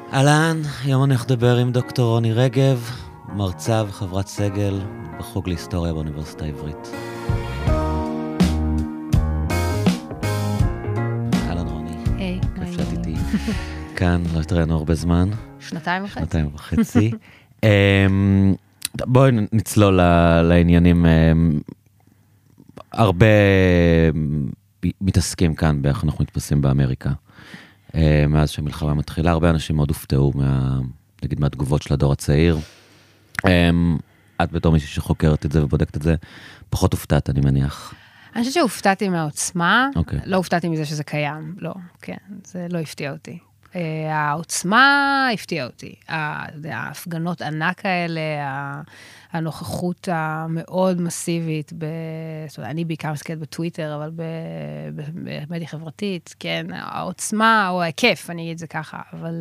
אהלן, היום אני אדבר עם דוקטור רוני רגב, מרצה וחברת סגל בחוג להיסטוריה באוניברסיטה העברית. אהלן רוני. היי, כיף שאת איתי. כאן, לא התראינו הרבה זמן. 2.5. 2.5. בואי נצלול לעניינים. הרבה מתעסקים כאן באיך אנחנו מתפסים באמריקה. מאז שהמלחמה מתחילה, הרבה אנשים מאוד הופתעו נגיד מהתגובות של הדור הצעיר. את בתור מישהי שחוקרת את זה ובודקת את זה, פחות הופתעת, אני מניח. אני חושבת שהופתעתי מהעוצמה, אוקיי. לא הופתעתי מזה שזה קיים, לא, כן, זה לא הפתיע אותי. העוצמה הפתיעה אותי, ההפגנות ענק האלה, הנוכחות המאוד מסיבית, אני בעיקר מסתכלת בטוויטר, אבל במדיה חברתית, כן, העוצמה או ההיקף, אני אגיד זה ככה, אבל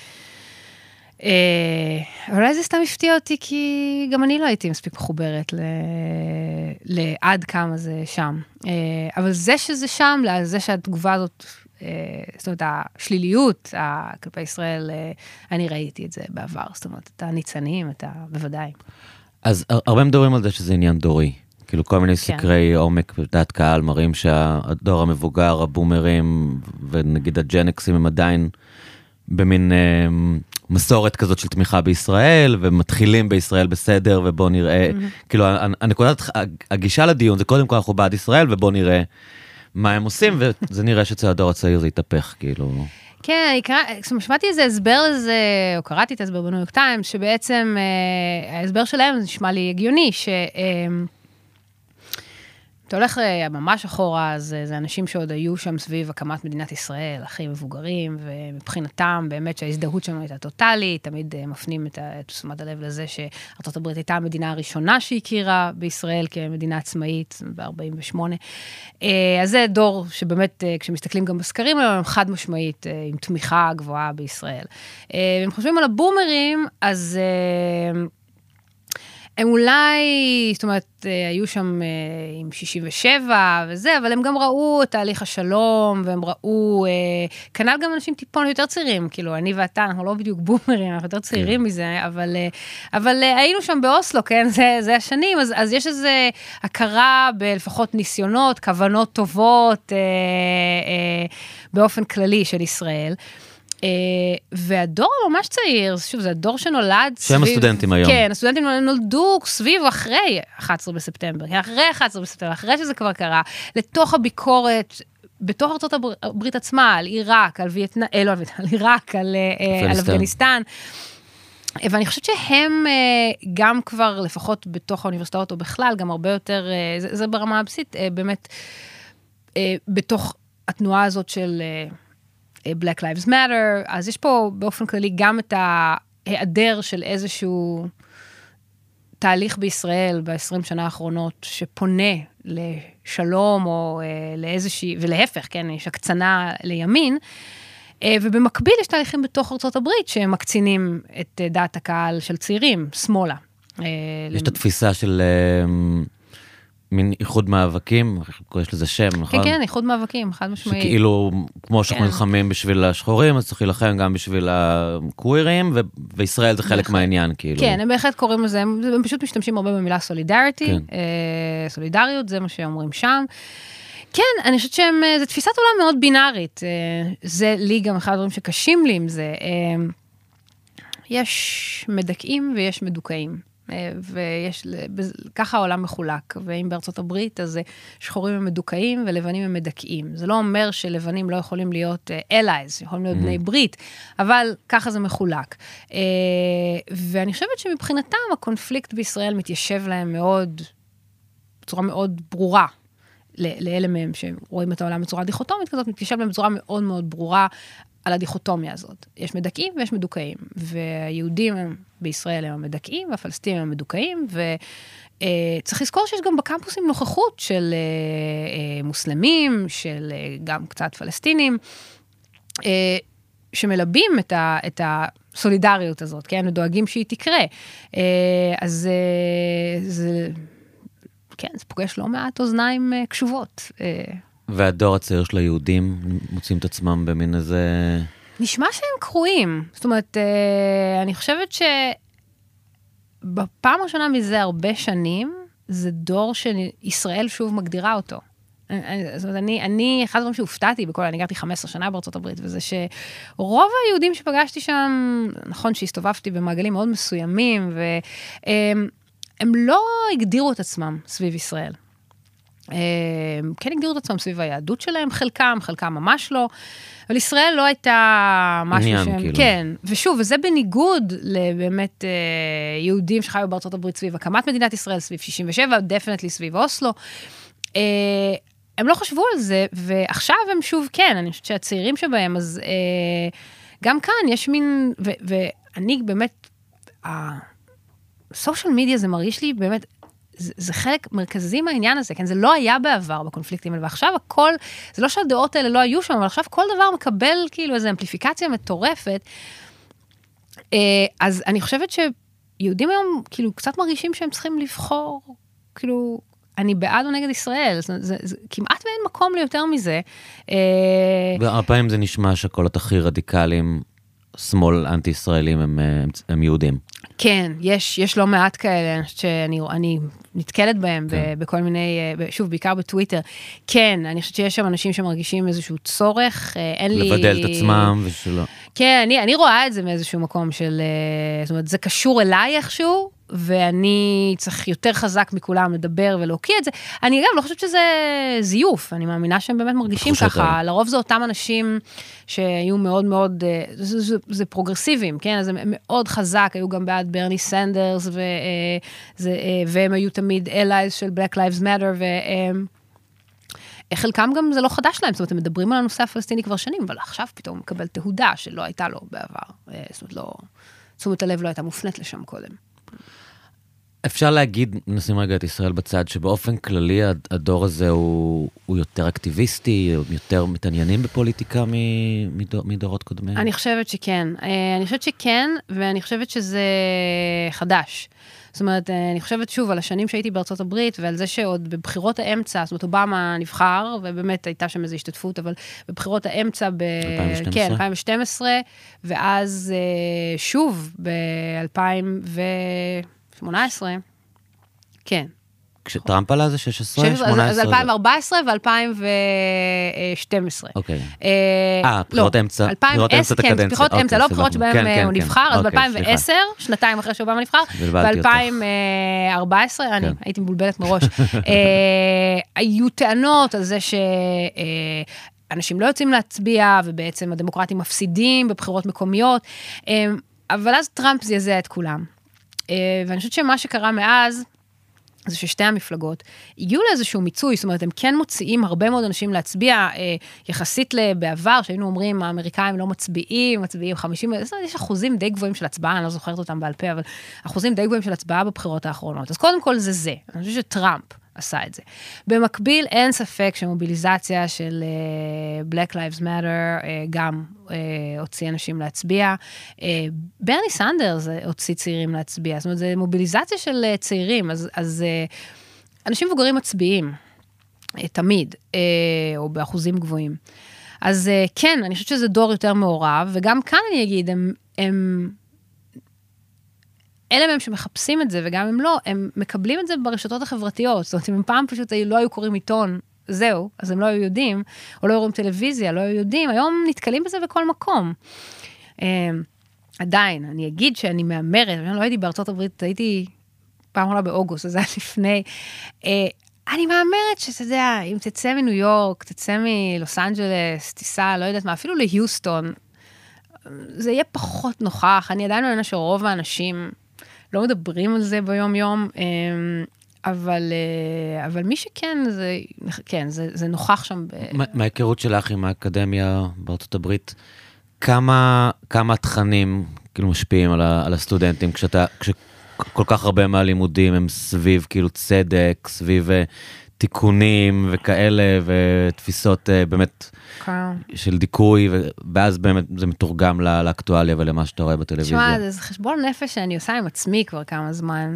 אולי זה סתם הפתיע אותי, כי גם אני לא הייתי מספיק מחוברת לעד כמה זה שם. אבל זה שזה שם, זה שהתגובה הזאת, זאת אומרת, השליליות כלפי ישראל, אני ראיתי את זה בעבר, זאת אומרת, את הניצנים, בוודאי. אז הרבה מדברים על זה שזה עניין דורי. כאילו כל מיני סקרי עומק בדעת קהל מראים שהדור המבוגר, הבומרים, ונגיד הג'נקסים הם עדיין במין מסורת כזאת של תמיכה בישראל, ומתחילים בישראל בסדר, ובוא נראה, כאילו הנקודת הגישה לדיון זה קודם כל אנחנו בעד ישראל, ובוא נראה מה הם עושים, וזה נראה שאצל הדור הצעיר זה יתהפך, כאילו. כן, שמעתי איזה הסבר לזה, או קראתי את ההסבר בניו יורק טיימס, שבעצם ההסבר שלהם נשמע לי הגיוני, אתה הולך ממש אחורה, זה אנשים שעוד היו שם סביב הקמת מדינת ישראל, הכי מבוגרים, ומבחינתם באמת שההזדהות שלנו הייתה טוטלית, תמיד מפנים את תשומת הלב לזה שארצות הברית הייתה המדינה הראשונה שהכירה בישראל כמדינה עצמאית ב-48. אז זה דור שבאמת, כשמסתכלים גם בסקרים עליהם, הם חד משמעית עם תמיכה גבוהה בישראל. הם חושבים על הבומרים, אז הם אולי, זאת אומרת, היו שם עם 67 וזה, אבל הם גם ראו את תהליך השלום, והם ראו, כנ"ל גם אנשים טיפון יותר צעירים, כאילו, אני ואתה, אנחנו לא בדיוק בומרים, אנחנו יותר צעירים מזה, אבל היינו שם באוסלו, כן, זה השנים, אז יש איזו הכרה בלפחות ניסיונות, כוונות טובות, באופן כללי של ישראל. והדור ממש צעיר, שוב, זה הדור שנולד סביב... שהם הסטודנטים היום. כן, הסטודנטים נולדו סביב אחרי 11 בספטמבר, אחרי 11 בספטמבר, אחרי שזה כבר קרה, לתוך הביקורת, בתוך ארצות הברית עצמה, על עיראק, על וייטנאם, לא על עיראק, על אפגניסטן. ואני חושבת שהם גם כבר, לפחות בתוך האוניברסיטאות או בכלל, גם הרבה יותר, זה ברמה הבסיסית, באמת, בתוך התנועה הזאת של Black Lives Matter, אז יש פה באופן כללי גם את ההיעדר של איזשהו תהליך בישראל ב-20 שנה האחרונות, שפונה לשלום או לאיזושהי, ולהפך, כן, יש הקצנה לימין, ובמקביל יש תהליכים בתוך ארצות הברית, שהם מקצינים את דעת הקהל של צעירים, שמאלה. יש את התפיסה של מין איחוד מאבקים, יש לזה שם, נכון? כן, איחוד מאבקים, חד משמעית. שכאילו, כמו שאנחנו נלחמים בשביל השחורים, אז צריך להילחם גם בשביל הקווירים, וישראל זה חלק מהעניין, כאילו. כן, הם בהחלט קוראים לזה, הם פשוט משתמשים הרבה במילה סולידריטי, סולידריות, זה מה שאומרים שם. כן, אני חושבת זו תפיסת עולם מאוד בינארית, זה לי גם אחד הדברים שקשים לי עם זה. יש מדכאים ויש מדוכאים. ויש, ככה העולם מחולק, ואם בארצות הברית, אז שחורים הם מדוכאים ולבנים הם מדכאים. זה לא אומר שלבנים לא יכולים להיות allies, יכולים להיות בני ברית, אבל ככה זה מחולק. ואני חושבת שמבחינתם הקונפליקט בישראל מתיישב להם מאוד, בצורה מאוד ברורה, לאלה מהם שרואים את העולם בצורה דיכוטומית כזאת, מתיישב להם בצורה מאוד מאוד ברורה, על הדיכוטומיה הזאת. יש מדכאים ויש מדוכאים, והיהודים הם בישראל הם המדכאים, והפלסטינים הם המדוכאים, וצריך לזכור שיש גם בקמפוסים נוכחות של מוסלמים, של גם קצת פלסטינים, שמלבים את הסולידריות הזאת, כן, ודואגים שהיא תקרה. אז זה, כן, זה פוגש לא מעט אוזניים קשובות. והדור הצעיר של היהודים מוצאים את עצמם במין איזה... נשמע שהם קרויים. זאת אומרת, אני חושבת שבפעם הראשונה מזה הרבה שנים, זה דור שישראל שוב מגדירה אותו. זאת אומרת, אחד הדברים שהופתעתי אני גרתי 15 שנה בארצות הברית, וזה שרוב היהודים שפגשתי שם, נכון שהסתובבתי במעגלים מאוד מסוימים, והם לא הגדירו את עצמם סביב ישראל. כן הגדירו את עצמם סביב היהדות שלהם, חלקם ממש לא, אבל ישראל לא הייתה משהו שהם, כאילו. כן, ושוב, וזה בניגוד לבאמת יהודים שחיו בארצות הברית סביב הקמת מדינת ישראל, סביב 67, דפנטלי סביב אוסלו, הם לא חשבו על זה, ועכשיו הם שוב כן, אני חושבת שהצעירים שבהם, אז גם כאן יש מין, ואני באמת, הסושיאל מדיה זה מרגיש לי באמת, זה חלק מרכזי מהעניין הזה, כן, זה לא היה בעבר בקונפליקטים האלה, ועכשיו הכל, זה לא שהדעות האלה לא היו שם, אבל עכשיו כל דבר מקבל כאילו איזו אמפליפיקציה מטורפת, אז אני חושבת שיהודים היום כאילו קצת מרגישים שהם צריכים לבחור, כאילו, אני בעד או נגד ישראל, זה כמעט ואין מקום ליותר מזה. והפעמים זה נשמע שהקולות הכי רדיקליים, שמאל אנטי-ישראלים הם יהודים. כן, יש לא מעט כאלה, אני חושבת שאני נתקלת בהם בכל מיני, שוב, בעיקר בטוויטר. כן, אני חושבת שיש שם אנשים שמרגישים איזשהו צורך, אין לי... לבדל את עצמם ושלא. כן, אני רואה את זה מאיזשהו מקום של, זאת אומרת, זה קשור אליי איכשהו, ואני צריך יותר חזק מכולם לדבר ולהוקיע את זה. אני אגב לא חושבת שזה זיוף, אני מאמינה שהם באמת מרגישים ככה, לרוב זה אותם אנשים שהיו מאוד מאוד, זה פרוגרסיביים, כן? אז זה מאוד חזק, היו גם בעד ברני סנדרס, והם היו תמיד allies של Black Lives Matter, חלקם גם זה לא חדש להם, זאת אומרת, הם מדברים על הנושא הפלסטיני כבר שנים, אבל עכשיו פתאום מקבל תהודה שלא הייתה לו בעבר, זאת אומרת, לא, תשומת הלב לא הייתה מופנית לשם קודם. אפשר להגיד, נשים רגע את ישראל בצד, שבאופן כללי הדור הזה הוא יותר אקטיביסטי, יותר מתעניינים בפוליטיקה מדורות קודמים? אני חושבת שכן. ואני חושבת שזה חדש. זאת אומרת, אני חושבת שוב על השנים שהייתי בארצות הברית, ועל זה שעוד בבחירות האמצע, זאת אומרת, אובמה נבחר, ובאמת הייתה שם איזו השתתפות, אבל בבחירות האמצע 2012, ואז שוב ב-2018, כן. כשטראמפ עלה זה 16, 18? אז 2014 ו-2012. אוקיי. בחירות אמצע. 2010, כן, בחירות אמצע, לא בחירות שבהם הוא נבחר, אז ב-2010, שנתיים אחרי שאובמה נבחר, ב-2014, אני הייתי מבולבלת מראש, היו טענות על זה שאנשים לא יוצאים להצביע, ובעצם הדמוקרטים מפסידים בבחירות מקומיות, אבל אז טראמפ זעזע את כולם. ואני חושבת שמה שקרה מאז, זה ששתי המפלגות הגיעו לאיזשהו מיצוי, זאת אומרת, הם כן מוציאים הרבה מאוד אנשים להצביע, יחסית בעבר, שהיינו אומרים, האמריקאים לא מצביעים 50, יש אחוזים די גבוהים של הצבעה, אני לא זוכרת אותם בעל פה, אבל אחוזים די גבוהים של הצבעה בבחירות האחרונות. אז קודם כל זה. אני חושבת שטראמפ עשה את זה. במקביל, אין ספק שמוביליזציה של Black Lives Matter גם הוציא אנשים להצביע. ברני סנדרס הוציא צעירים להצביע. זאת אומרת, זה מוביליזציה של צעירים, אז אנשים מבוגרים מצביעים, תמיד, או באחוזים גבוהים. אז כן, אני חושבת שזה דור יותר מעורב, וגם כאן אני אגיד, אלה מהם שמחפשים את זה, וגם אם לא, הם מקבלים את זה ברשתות החברתיות, זאת אומרת, אם פעם פשוט לא היו קוראים עיתון, זהו, אז הם לא היו יודעים, או לא רואים טלוויזיה, לא היו יודעים, היום נתקלים בזה בכל מקום. עדיין, אני אגיד שאני מאמרת, אני לא הייתי בארצות הברית, הייתי פעם עולה באוגוסט, אז זה היה לפני, אני מאמרת שאתה יודע, אם תצא מניו יורק, תצא מלוס אנג'לס, תיסע, לא יודעת מה, אפילו להיוסטון, זה יהיה פחות נוכח, אני עדיין מאמינה שרוב האנשים לא מדברים על זה ביום יום, אבל מי שכן, זה נוכח שם. מההיכרות שלך עם האקדמיה בארצות הברית, כמה תכנים כאילו משפיעים על הסטודנטים, כשכל כך הרבה מהלימודים הם סביב כאילו צדק, סביב תיקונים וכאלה, ותפיסות באמת של דיכוי, ואז באמת זה מתורגם לאקטואליה ולמה שאתה רואה בטלוויזיה. תשמע, זה חשבון נפש שאני עושה עם עצמי כבר כמה זמן,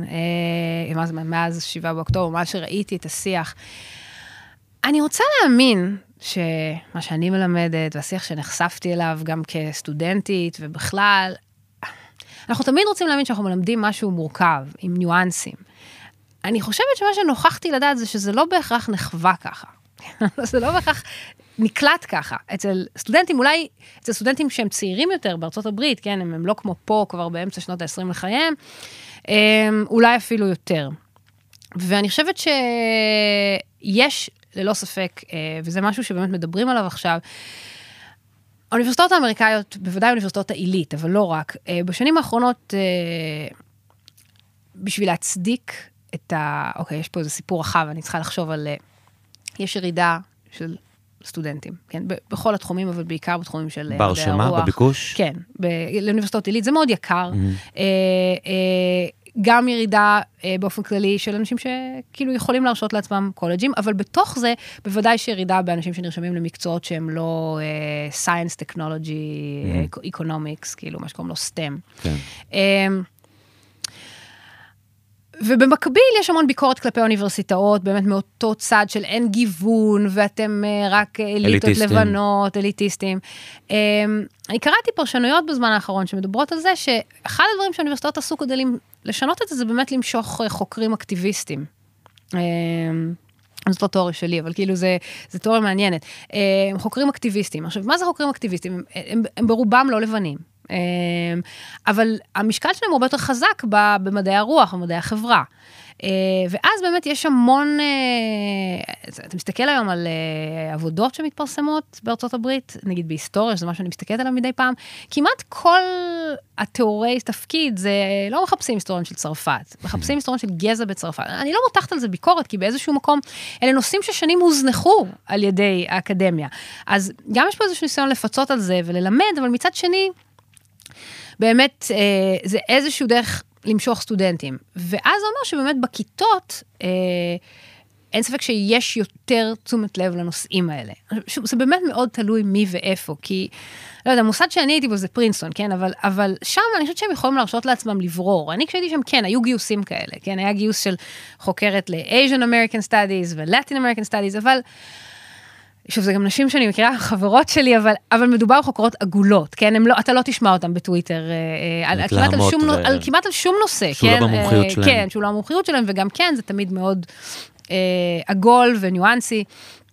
מאז 7 באוקטובר, מאז שראיתי את השיח. אני רוצה להאמין שמה שאני מלמדת, והשיח שנחשפתי אליו גם כסטודנטית, ובכלל, אנחנו תמיד רוצים להאמין שאנחנו מלמדים משהו מורכב, עם ניואנסים. אני חושבת שמה שנוכחתי לדעת זה שזה לא בהכרח נחווה ככה. זה לא בהכרח נקלט ככה. אצל סטודנטים, אולי אצל סטודנטים שהם צעירים יותר בארצות הברית, כן, הם לא כמו פה, כבר באמצע שנות ה-20 לחייהם, אולי אפילו יותר. ואני חושבת שיש, ללא ספק, וזה משהו שבאמת מדברים עליו עכשיו, האוניברסיטאות האמריקאיות, בוודאי האוניברסיטאות העילית, אבל לא רק, בשנים האחרונות, בשביל להצדיק את אוקיי, יש פה איזה סיפור רחב, אני צריכה לחשוב על, יש ירידה של סטודנטים, כן, בכל התחומים, אבל בעיקר בתחומים של מדעי הרוח. בהרשמה, בביקוש? כן, לאוניברסיטאות עילית, זה מאוד יקר. גם ירידה באופן כללי של אנשים שכאילו יכולים להרשות לעצמם קולג'ים, אבל בתוך זה, בוודאי שירידה באנשים שנרשמים למקצועות שהם לא science, technology, economics, כאילו מה שקוראים לו STEM. כן. ובמקביל יש המון ביקורת כלפי האוניברסיטאות, באמת מאותו צד של אין גיוון, ואתם רק אליטות לבנות, אליטיסטים. אני קראתי פרשנויות בזמן האחרון שמדברות על זה, שאחד הדברים שהאוניברסיטאות עשו כדי לשנות את זה, זה באמת למשוך חוקרים אקטיביסטים. זאת לא תיאוריה שלי, אבל כאילו זה תיאוריה מעניינת. חוקרים אקטיביסטים. עכשיו, מה זה חוקרים אקטיביסטים? הם ברובם לא לבנים. אבל המשקל שלהם הוא הרבה יותר חזק במדעי הרוח, במדעי החברה. ואז באמת יש המון, אתה מסתכל היום על עבודות שמתפרסמות בארצות הברית, נגיד בהיסטוריה, שזה מה שאני מסתכלת עליו מדי פעם, כמעט כל התיאורי תפקיד, זה לא מחפשים היסטוריון של צרפת, מחפשים היסטוריון של גזע בצרפת. אני לא מותחת על זה ביקורת, כי באיזשהו מקום, אלה נושאים ששנים הוזנחו על ידי האקדמיה. אז גם יש פה איזשהו ניסיון לפצות על זה וללמד, אבל מצד שני, באמת, זה איזשהו דרך למשוך סטודנטים. ואז זה אומר שבאמת בכיתות, אין ספק שיש יותר תשומת לב לנושאים האלה. זה באמת מאוד תלוי מי ואיפה, כי, לא יודע, המוסד שאני הייתי בו זה פרינסטון, כן? אבל שם אני חושבת שהם יכולים להרשות לעצמם לברור. אני כשהייתי שם, כן, היו גיוסים כאלה, כן? היה גיוס של חוקרת ל-Asian American Studies ו-Latin American Studies, אבל שוב, זה גם נשים שאני מכירה, חברות שלי, אבל מדובר בחוקרות עגולות, כן? אתה לא תשמע אותם בטוויטר, כמעט על שום נושא, שהוא לא במומחיות שלהם. כן, שהוא לא במומחיות שלהם, וגם כן, זה תמיד מאוד עגול וניואנסי,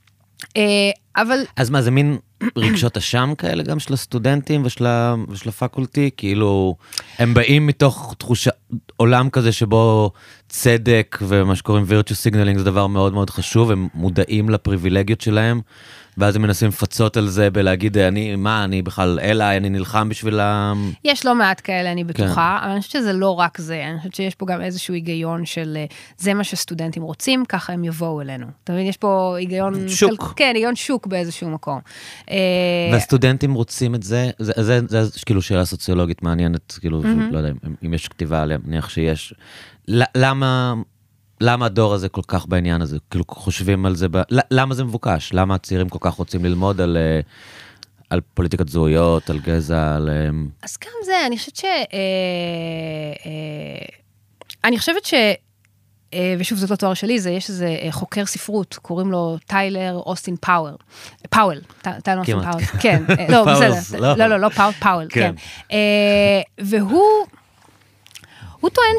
אבל... אז מה, זה מין רגשות אשם כאלה גם של הסטודנטים ושל הפקולטי? כאילו, הם באים מתוך תחושה, עולם כזה שבו צדק ומה שקוראים virtue signaling זה דבר מאוד מאוד חשוב, הם מודעים לפריבילגיות שלהם, ואז הם מנסים לפצות על זה בלהגיד, אני בכלל אלה, אני נלחם בשבילם. יש לא מעט כאלה, אני בטוחה, אבל אני חושבת שזה לא רק זה, אני חושבת שיש פה גם איזשהו היגיון של, זה מה שסטודנטים רוצים, ככה הם יבואו אלינו. אתה מבין, יש פה היגיון... שוק. כן, היגיון שוק באיזשהו מקום. והסטודנטים רוצים את זה, זה כאילו שאלה סוציולוגית מעניינת, כאילו, לא יודע, אם יש כתיבה עליה, נניח שיש. למה הדור הזה כל כך בעניין הזה? כאילו חושבים על זה, למה זה מבוקש? למה הצעירים כל כך רוצים ללמוד על פוליטיקת זהויות, על גזע, על... אז גם זה, אני חושבת ש... ושוב, זאת לא תואר שלי, יש איזה חוקר ספרות, קוראים לו טיילר אוסטין פאוול. טיילר אוסטין פאוול. כן, לא, בסדר. לא, פאוול, כן. והוא טוען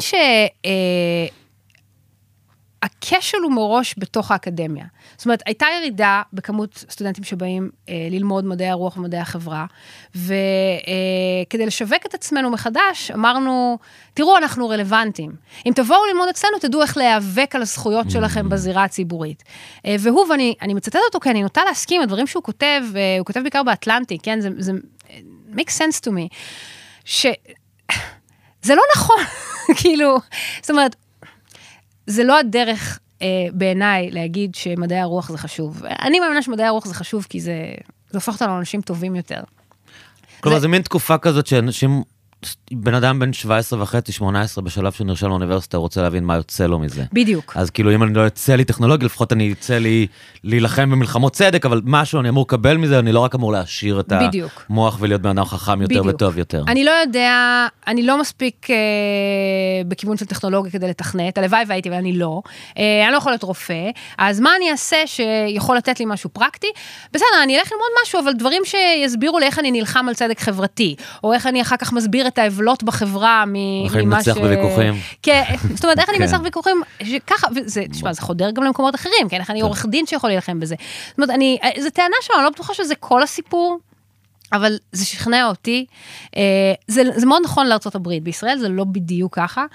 הכשל הוא מראש בתוך האקדמיה. זאת אומרת, הייתה ירידה בכמות סטודנטים שבאים ללמוד מדעי הרוח ומדעי החברה, וכדי לשווק את עצמנו מחדש, אמרנו, תראו, אנחנו רלוונטיים. אם תבואו ללמוד אצלנו, תדעו איך להיאבק על הזכויות שלכם בזירה הציבורית. והוא, ואני מצטטת אותו, כי אני נוטה להסכים, הדברים שהוא כותב, הוא כותב בעיקר באטלנטי, כן? זה make sense to me, זה לא נכון, כאילו, זאת אומרת, זה לא הדרך בעיניי להגיד שמדעי הרוח זה חשוב. אני מאמינה שמדעי הרוח זה חשוב, כי זה הופך אותנו לאנשים טובים יותר. כלומר, זה מין תקופה כזאת שאנשים בן אדם בן 17.5-18 בשלב שהוא נרשם לאוניברסיטה, רוצה להבין מה יוצא לו מזה. בדיוק. אז כאילו אם אני לא יוצא לי טכנולוגיה, לפחות אני יוצא לי להילחם במלחמות צדק, אבל משהו אני אמור לקבל מזה, אני לא רק אמור להשאיר את המוח ולהיות בן אדם חכם יותר וטוב יותר. אני לא יודע, אני לא מספיק בכיוון של טכנולוגיה כדי לתכנת, הלוואי והייתי ואני לא, אני לא יכול להיות רופא, אז מה אני אעשה שיכול לתת לי משהו פרקטי? בסדר, אני אלך ללמוד משהו, אבל דברים שיסבירו לי איך אני נלחם על צדק חברתי, או איך אני אחר כך מסביר את ההבלות בחברה איך אני מצליח בוויכוחים. כן, זאת אומרת, איך אני מצליח בוויכוחים, שככה, תשמע, זה חודר גם למקומות אחרים, כן, איך אני עורך דין שיכול להילחם בזה. זאת אומרת, זו טענה שלנו, אני לא בטוחה שזה כל הסיפור, אבל זה שכנע אותי. זה מאוד נכון לארצות הברית, בישראל זה לא בדיוק ככה,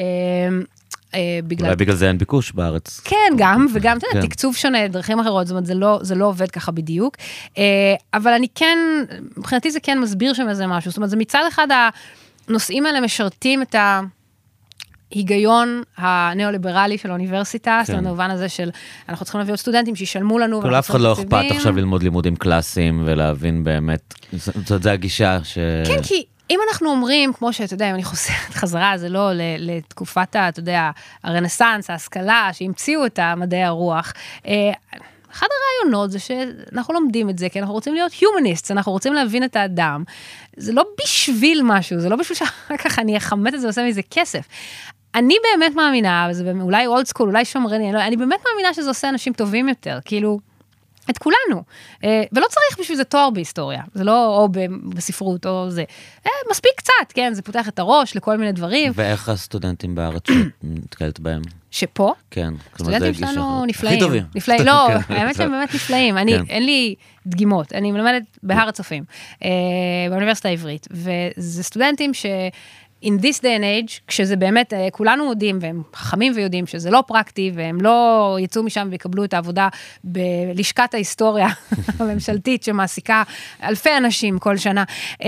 אולי בגלל זה אין ביקוש בארץ. כן, גם, וגם, אתה יודע, תקצוב שונה, דרכים אחרות, זאת אומרת, זה לא עובד ככה בדיוק, אבל אני כן, מבחינתי זה כן מסביר שם איזה משהו, זאת אומרת, זה מצד אחד הנושאים האלה משרתים את ההיגיון הניאו-ליברלי של האוניברסיטה, זאת אומרת, במובן הזה של, אנחנו צריכים להביא עוד סטודנטים שישלמו לנו, כל אף אחד לא אכפת עכשיו ללמוד לימודים קלאסיים, ולהבין באמת, זאת הגישה ש... כן, כי אם אנחנו אומרים, כמו שאתה יודע, אם אני חוזרת חזרה, זה לא לתקופת, אתה יודע, הרנסנס, ההשכלה, שהמציאו את מדעי הרוח, אחד הרעיונות זה שאנחנו לומדים את זה, כי אנחנו רוצים להיות humanists, אנחנו רוצים להבין את האדם, זה לא בשביל משהו, זה לא בשביל שאחר כך אני אחמת את זה ועושה מזה כסף. אני באמת מאמינה, וזה אולי אולד סקול, אולי שומרני, אני באמת מאמינה שזה עושה אנשים טובים יותר, כאילו, את כולנו, ולא צריך בשביל זה תואר בהיסטוריה, זה לא או בספרות או זה, מספיק קצת, כן, זה פותח את הראש לכל מיני דברים. ואיך הסטודנטים בארץ נתקלת בהם? שפה? כן. הסטודנטים שלנו נפלאים. הכי טובים. נפלאים, לא, האמת שהם באמת נפלאים, אין לי דגימות, אני מלמדת בהר הצופים, באוניברסיטה העברית, וזה סטודנטים in this day and age, כשזה באמת, כולנו יודעים, והם חכמים ויודעים שזה לא פרקטי, והם לא יצאו משם ויקבלו את העבודה בלשכת ההיסטוריה הממשלתית, שמעסיקה אלפי אנשים כל שנה.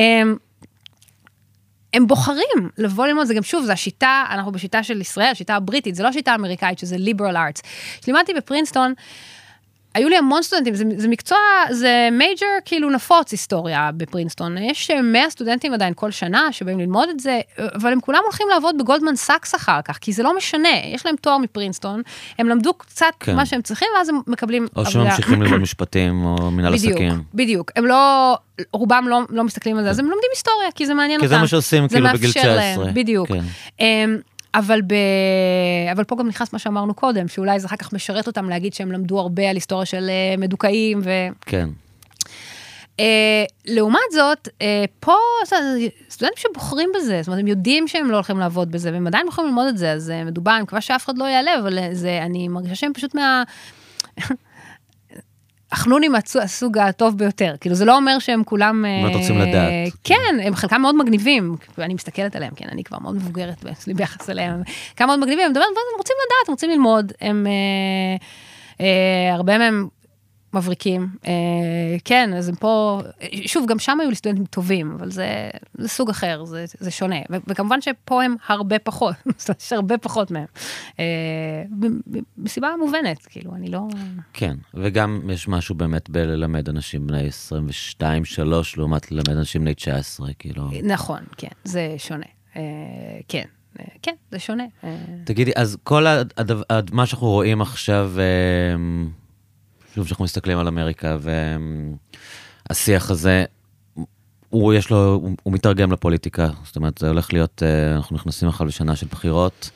הם בוחרים לבוא ללמוד, זה גם שוב, זה השיטה, אנחנו בשיטה של ישראל, השיטה הבריטית, זה לא שיטה אמריקאית, שזה liberal arts. כשלימדתי בפרינסטון, היו לי המון סטודנטים, זה מקצוע, זה מייג'ר כאילו נפוץ היסטוריה בפרינסטון, יש 100 סטודנטים עדיין כל שנה שבאים ללמוד את זה, אבל הם כולם הולכים לעבוד בגולדמן סאקס אחר כך, כי זה לא משנה, יש להם תואר מפרינסטון, הם למדו קצת מה שהם צריכים, ואז הם מקבלים או שממשיכים ללמוד משפטים או מנהל עסקים. בדיוק, הם לא, רובם לא מסתכלים על זה, אז הם לומדים היסטוריה, כי זה מעניין אותם. כי זה מה שעושים כאילו בגיל 19. בדיוק. אבל פה גם נכנס מה שאמרנו קודם, שאולי זה אחר כך משרת אותם להגיד שהם למדו הרבה על היסטוריה של מדוכאים כן. לעומת זאת, פה סטודנטים שבוחרים בזה, זאת אומרת, הם יודעים שהם לא הולכים לעבוד בזה, והם עדיין יכולים ללמוד את זה, אז מדובר, אני מקווה שאף אחד לא יעלה, אבל אני מרגישה שהם פשוט החנונים הסוג הטוב ביותר, כאילו זה לא אומר שהם כולם... מה אתם רוצים לדעת? כן, הם חלקם מאוד מגניבים, אני מסתכלת עליהם, כן, אני כבר מאוד מבוגרת ביחס אליהם, כמה מאוד מגניבים, הם רוצים לדעת, הם רוצים ללמוד, הרבה מהם מבריקים, כן, אז הם פה, שוב, גם שם היו לי סטודנטים טובים, אבל זה סוג אחר, זה שונה, וכמובן שפה הם הרבה פחות, יש הרבה פחות מהם, בסיבה מובנת, כאילו, אני לא... כן, וגם יש משהו באמת בללמד אנשים בני 22-3, לעומת ללמד אנשים בני 19, כאילו... נכון, כן, זה שונה, כן. כן, זה שונה. תגידי, אז כל מה שאנחנו רואים עכשיו, שוב שאנחנו מסתכלים על אמריקה, והשיח הזה, הוא מתרגם לפוליטיקה, זאת אומרת, זה הולך להיות, אנחנו נכנסים אחר בשנה של בחירות,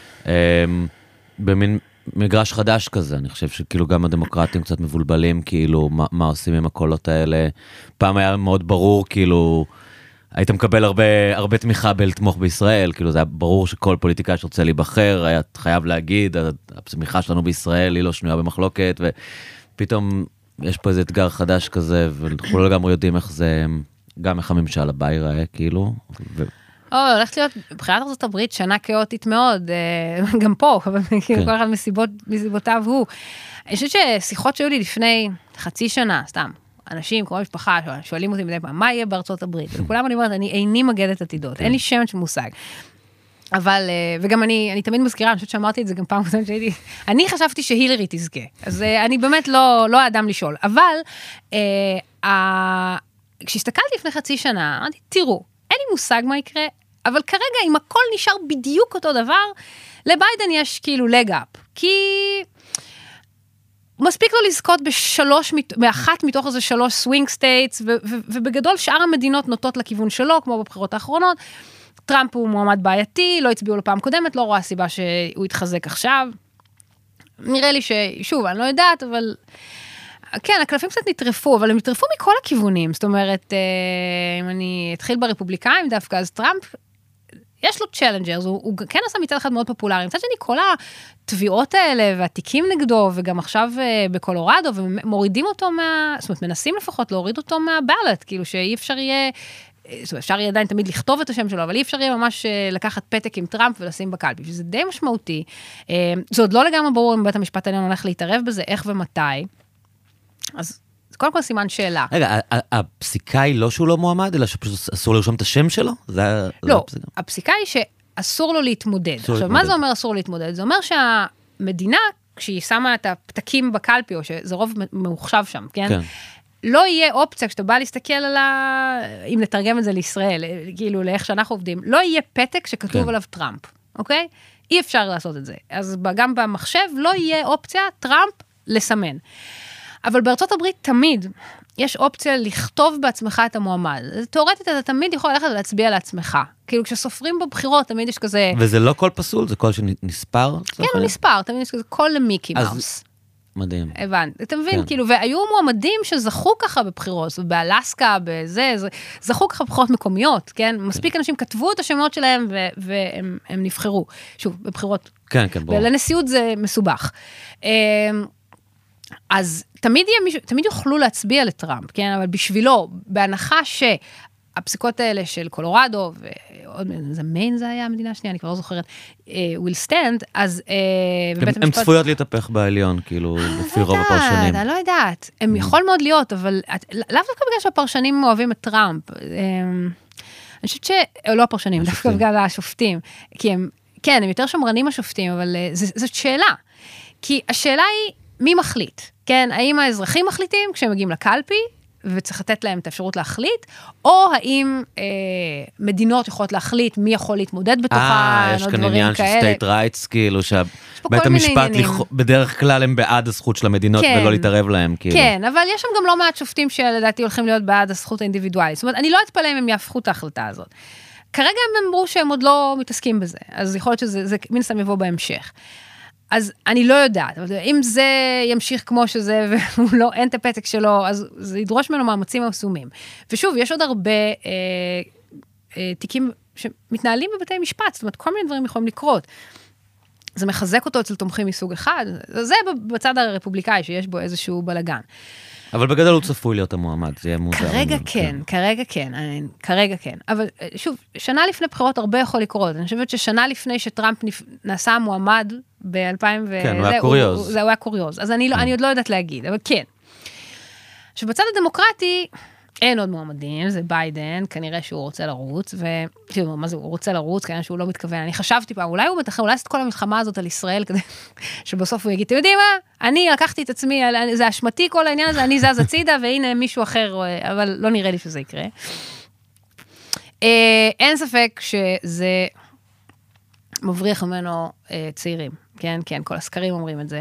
במין מגרש חדש כזה, אני חושב שכאילו גם הדמוקרטים קצת מבולבלים, כאילו, מה עושים עם הקולות האלה, פעם היה מאוד ברור, כאילו, היית מקבל הרבה תמיכה בלתמוך בישראל, כאילו זה היה ברור שכל פוליטיקאי שרוצה להיבחר, היה חייב להגיד, התמיכה שלנו בישראל היא לא שנויה במחלוקת, ופתאום יש פה איזה אתגר חדש כזה, ואנחנו לא לגמרי יודעים איך זה, גם איך הממשל הבא ייראה, כאילו. הולכת להיות, בחירת ארצות הברית, שנה כאוטית מאוד, גם פה, כל אחד מסיבותיו הוא. אני חושבת ששיחות שהיו לי לפני חצי שנה, סתם, אנשים, כמו משפחה, שואלים אותי מדי פעם, מה יהיה בארצות הברית? וכולם אני אומרת, אני איני מגדת עתידות, אין לי שמץ של מושג. אבל, וגם אני תמיד מזכירה, אני חושבת שאמרתי את זה גם פעם, אני חשבתי שהילרי תזכה, אז אני באמת לא האדם לשאול, אבל כשהסתכלתי לפני חצי שנה, אמרתי, תראו, אין לי מושג מה יקרה, אבל כרגע, אם הכל נשאר בדיוק אותו דבר, לביידן יש כאילו לגאפ, כי מספיק לו לזכות באחת מתוך איזה 3 סווינג סטייטס, ובגדול שאר המדינות נוטות לכיוון שלו, כמו בבחירות האחרונות. טראמפ הוא מועמד בעייתי, לא הצביעו לו פעם קודמת, לא רואה סיבה שהוא יתחזק עכשיו. נראה לי שוב, אני לא יודעת, אבל כן, הקלפים קצת נטרפו, אבל הם נטרפו מכל הכיוונים. זאת אומרת, אם אני אתחיל ברפובליקאים דווקא, אז טראמפ, יש לו צ'לנג'רס, הוא כן עשה מצד אחד מאוד פופולרי, מצד שני כל התביעות האלה והתיקים נגדו, וגם עכשיו בקולורדו, ומורידים אותו זאת אומרת, מנסים לפחות להוריד אותו מהבלט, כאילו שאי אפשר יהיה, זאת אומרת, אפשר יהיה עדיין תמיד לכתוב את השם שלו, אבל אי אפשר יהיה ממש לקחת פתק עם טראמפ ולשים בקלפי, שזה די משמעותי. זה עוד לא לגמרי ברור אם בית המשפט העליון הולך להתערב בזה, איך ומתי. אז קודם כל סימן שאלה. רגע, הפסיקה היא לא שהוא לא מועמד, אלא שפשוט אסור לרשום את השם שלו? לא, הפסיקה היא שאסור לו להתמודד. עכשיו, מה זה אומר אסור להתמודד? זה אומר שהמדינה, כשהיא שמה את הפתקים בקלפי, או שזה רוב ממוחשב שם, כן? לא יהיה אופציה, כשאתה בא להסתכל על אם נתרגם את זה לישראל, כאילו לאיך שאנחנו עובדים, לא יהיה פתק שכתוב עליו טראמפ, אוקיי? אי אפשר לעשות את זה. אז גם במחשב לא יהיה אופציה טראמפ לסמן. אבל בארצות הברית תמיד יש אופציה לכתוב בעצמך את המועמד. תיאורטית אתה תמיד יכול ללכת ולהצביע לעצמך. כאילו כשסופרים בבחירות תמיד יש כזה... וזה לא קול פסול? זה קול שנספר? כן, הוא נספר. תמיד יש כזה קול למיקי מאוס. מדהים. הבנת. אתה מבין, כאילו, והיו מועמדים שזכו ככה בבחירות, באלסקה, זכו ככה בבחירות מקומיות, כן? מספיק אנשים כתבו את השמות שלהם והם נבחרו. שוב, בבחירות. כן, כן, ברור. ולנשיאות זה מסובך. אז תמיד יוכלו להצביע לטראמפ, כן? אבל בשבילו, בהנחה שהפסיקות האלה של קולורדו, ועוד זה מיין זה היה המדינה השנייה, אני כבר לא זוכרת, will stand, אז הם צפויות להתהפך בעליון, כאילו, לפי רוב הפרשנים. אני לא יודעת, הם יכול מאוד להיות, אבל לאו דווקא בגלל שהפרשנים אוהבים את טראמפ, אני חושבת לא הפרשנים, דווקא בגלל השופטים, כי הם, כן, הם יותר שמרנים השופטים, אבל זאת שאלה, כי השאלה היא, מי מחליט? כן, האם האזרחים מחליטים כשהם מגיעים לקלפי, וצריך לתת להם את האפשרות להחליט, או האם מדינות יכולות להחליט מי יכול להתמודד בתוכה, יש כאן עניין של state rights, כאילו שבית המשפט בדרך כלל הם בעד הזכות של המדינות, ולא להתערב להם. כן, אבל יש שם גם לא מעט שופטים שלדעתי הולכים להיות בעד הזכות האינדיבידואלית. זאת אומרת, אני לא אתפלא אם הם יהפכו את ההחלטה הזאת. כרגע הם אמרו שהם עוד לא מתעסקים בזה, אז יכול להיות שזה מן הסתם יבוא בהמשך. אז אני לא יודעת, אבל אם זה ימשיך כמו שזה, והוא לא, אין את הפתק שלו, אז זה ידרוש ממנו מאמצים מסוימים. ושוב, יש עוד הרבה תיקים שמתנהלים בבתי משפט, זאת אומרת, כל מיני דברים יכולים לקרות. זה מחזק אותו אצל תומכים מסוג אחד, זה בצד הרפובליקאי, שיש בו איזשהו בלגן. אבל בגדול הוא צפוי להיות המועמד, זה יהיה מוזר. כרגע כן. אבל שוב, שנה לפני בחירות הרבה יכול לקרות. אני חושבת ששנה לפני שטראמפ נעשה מועמד ב-2000 כן, הוא היה קוריוז. זה היה קוריוז. אז אני עוד לא יודעת להגיד, אבל כן. עכשיו, בצד הדמוקרטי, אין עוד מועמדים, זה ביידן, כנראה שהוא רוצה לרוץ, מה זה, הוא רוצה לרוץ, כנראה שהוא לא מתכוון. אני חשבתי פעם, אולי הוא מתכנן, אולי עשית כל המלחמה הזאת על ישראל, כדי שבסוף הוא יגיד, אתם יודעים מה? אני לקחתי את עצמי, זה אשמתי כל העניין הזה, אני זז הצידה, והנה מישהו אחר, אבל לא נראה לי שזה יקרה. אין ספק שזה מבריח ממנו צעירים, כן, כן, כל הסקרים אומרים את זה.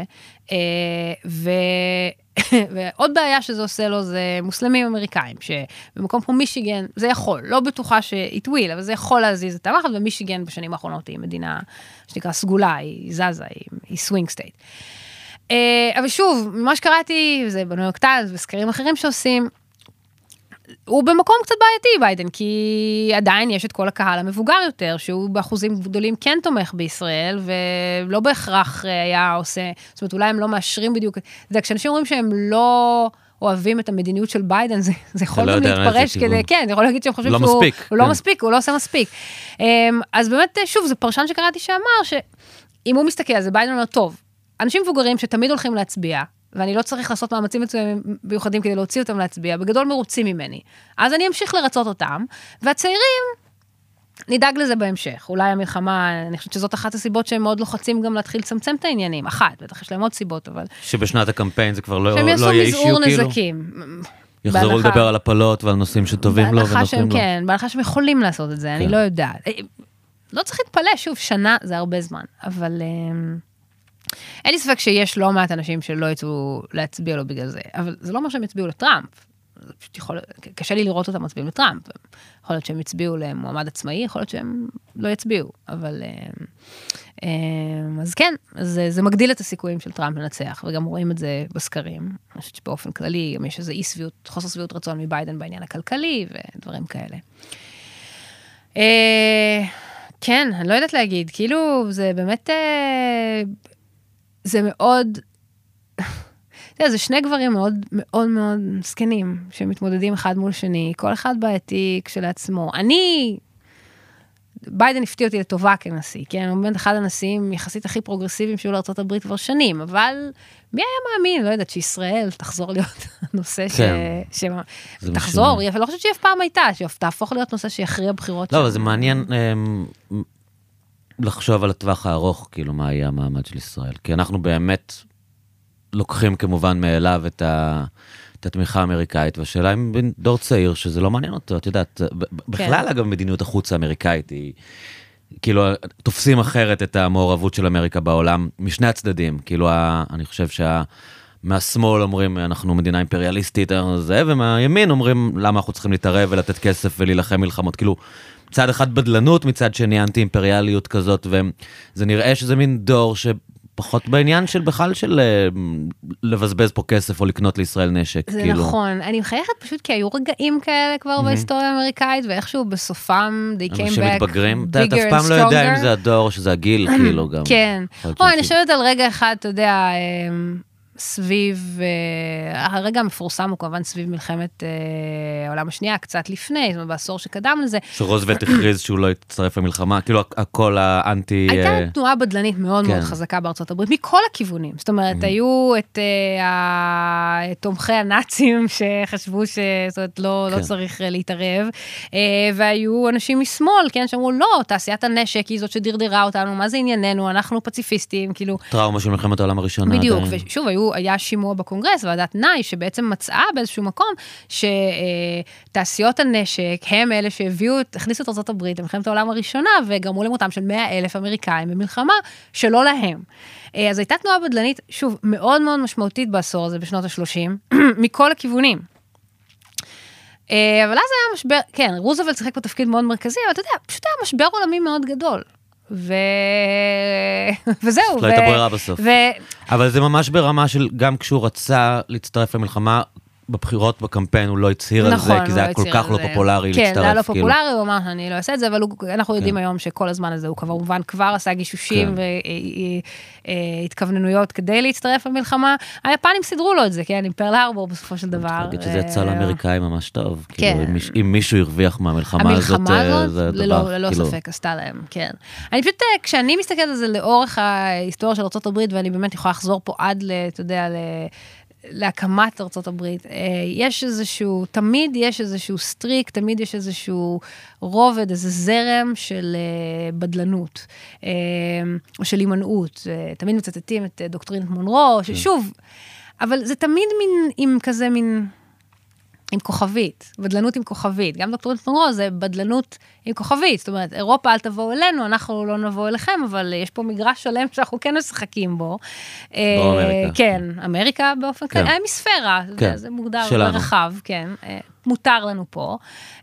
ועוד בעיה שזה עושה לו זה מוסלמים אמריקאים, שבמקום כמו מישיגן, זה יכול, לא בטוחה ש-it will, אבל זה יכול להזיז את המחט, ומישיגן בשנים האחרונות היא מדינה שנקרא סגולה, היא זזה, היא swing state. אבל שוב, ממה שקראתי, זה בניו יורק טיימס וסקרים אחרים שעושים, הוא במקום קצת בעייתי ביידן, כי עדיין יש את כל הקהל המבוגר יותר, שהוא באחוזים גדולים כן תומך בישראל, ולא בהכרח היה עושה, זאת אומרת, אולי הם לא מאשרים בדיוק, זה כשאנשים אומרים שהם לא אוהבים את המדיניות של ביידן, זה יכול גם להתפרש כדי, כן, זה יכול להגיד שהם חושבים שהוא לא מספיק, הוא לא עושה מספיק. אז באמת, שוב, זה פרשן שקראתי שאמר, שאם הוא מסתכל על זה, ביידן אומר, טוב, אנשים מבוגרים שתמיד הולכים להצביע, ואני לא צריך לעשות מאמצים מיוחדים כדי להוציא אותם להצביע, בגדול מרוצים ממני. אז אני אמשיך לרצות אותם, והצעירים, נדאג לזה בהמשך. אולי המלחמה, אני חושבת שזאת אחת הסיבות שהם מאוד לוחצים גם להתחיל לצמצם את העניינים. אחת, בטח יש להם עוד סיבות, אבל... שבשנת הקמפיין זה כבר לא יהיה אישיו, כאילו. שהם יעשו מזעור נזקים. יחזרו לדבר על הפלות ועל נושאים שטובים לו ונוחים לו. כן, בהנחה שהם יכולים לעשות את זה, אני לא יודעת. לא צריך להתפלא, שוב, שנה זה הרבה זמן, אבל אין לי ספק שיש לא מעט אנשים שלא יצאו להצביע לו בגלל זה, אבל זה לא אומר שהם יצביעו לטראמפ, קשה לי לראות אותם מצביעים לטראמפ, יכול להיות שהם יצביעו למועמד עצמאי, יכול להיות שהם לא יצביעו, אבל אז כן, זה מגדיל את הסיכויים של טראמפ לנצח, וגם רואים את זה בסקרים, אני חושבת שבאופן כללי, גם יש איזו חוסר סביעות רצון מביידן בעניין הכלכלי, ודברים כאלה. כן, אני לא יודעת להגיד, כאילו, זה באמת, זה מאוד, זה שני גברים מאוד מאוד מאוד סקנים, שמתמודדים אחד מול שני, כל אחד בעייתי כשלעצמו. ביידן הפתיע אותי לטובה כנשיא, כן? הוא באמת אחד הנשיאים יחסית הכי פרוגרסיביים שהיו לארצות הברית כבר שנים, אבל מי היה מאמין, לא יודעת, שישראל תחזור להיות נושא תחזור, אבל לא חושבת שהיא אף פעם הייתה, שתהפוך להיות נושא שיכריע בחירות. לא, אבל זה מעניין לחשוב על הטווח הארוך, כאילו, מה יהיה המעמד של ישראל, כי אנחנו באמת לוקחים כמובן מאליו את התמיכה האמריקאית, והשאלה אם בין דור צעיר, שזה לא מעניין אותו, את יודעת, בכלל אגב מדיניות החוץ האמריקאית, היא כאילו תופסים אחרת את המעורבות של אמריקה בעולם, משני הצדדים, כאילו אני חושב מהשמאל אומרים, אנחנו מדינה אימפריאליסטית, ומהימין אומרים, למה אנחנו צריכים להתערב ולתת כסף ולהילחם מלחמות, כאילו, מצד אחד בדלנות, מצד שני אנטי-אימפריאליות כזאת, וזה נראה שזה מין דור פחות בעניין של בכלל של לבזבז פה כסף או לקנות לישראל נשק. זה כאילו. נכון, אני מחייכת פשוט כי היו רגעים כאלה כבר בהיסטוריה האמריקאית, ואיכשהו בסופם they came back שמתבגרים, bigger and stronger. אתה אף פעם לא יודע אם זה הדור, שזה הגיל, כאילו גם. כן, אני חושבת על רגע אחד, אתה יודע, סביב, הרגע המפורסם הוא כמובן סביב מלחמת העולם השנייה, קצת לפני, זאת אומרת, בעשור שקדם לזה. שרוזוולט הכריז שהוא לא יצטרף למלחמה, כאילו הכל האנטי... הייתה תנועה בדלנית מאוד מאוד חזקה בארצות הברית, מכל הכיוונים. זאת אומרת, היו את תומכי הנאצים שחשבו לא צריך להתערב, והיו אנשים משמאל, כן, שאמרו, לא, תעשיית הנשק היא זאת שדרדרה אותנו, מה זה ענייננו, אנחנו פציפיסטים, כאילו... טראומה של מלחמת העולם הראשונה. בדיוק, ושוב, היה שימוע בקונגרס, ועדת נאי, שבעצם מצאה באיזשהו מקום, שתעשיות הנשק, הם אלה הכניסו את ארצות הברית למלחמת העולם הראשונה, וגרמו למותם של 100,000 אמריקאים במלחמה, שלא להם. אז הייתה תנועה בדלנית, שוב, מאוד מאוד משמעותית בעשור הזה, בשנות ה-30, מכל הכיוונים. אבל אז היה משבר, כן, רוזוולט שיחק בתפקיד מאוד מרכזי, אבל אתה יודע, פשוט היה משבר עולמי מאוד גדול. וזהו. לא הייתה ברירה בסוף. אבל זה ממש ברמה של גם כשהוא רצה להצטרף למלחמה, בבחירות בקמפיין הוא לא הצהיר על זה, כי זה היה כל כך לא פופולרי להצטרף. כן, זה היה לא פופולרי, הוא אמר, אני לא אעשה את זה, אבל אנחנו יודעים היום שכל הזמן הזה הוא כמובן כבר עשה גישושים והתכווננויות כדי להצטרף למלחמה. היפנים סידרו לו את זה, כן, עם פרל הרבור בסופו של דבר. אני חושב שזה יצא לאמריקאים ממש טוב, אם מישהו הרוויח מהמלחמה הזאת, ללא ספק עשתה להם, כן. אני פשוט, כשאני מסתכלת על זה לאורך ההיסטוריה של ארצות הברית, ואני באמת יכולה לחזור פה עד אתה יודע, להקמת ארצות הברית, יש איזשהו, תמיד יש איזשהו סטריק, תמיד יש איזשהו רובד, איזה זרם של בדלנות, או של הימנעות. תמיד מצטטים את דוקטרינת מונרו, ששוב, אבל זה תמיד עם כזה מין... עם כוכבית, בדלנות עם כוכבית. גם דוקטורית מונרו זה בדלנות עם כוכבית. זאת אומרת, אירופה אל תבואו אלינו, אנחנו לא נבוא אליכם, אבל יש פה מגרש שלם שאנחנו כן משחקים בו. אמריקה. כן, אמריקה באופן כזה, המספירה, זה מוגדר רחב, כן. מותר לנו פה.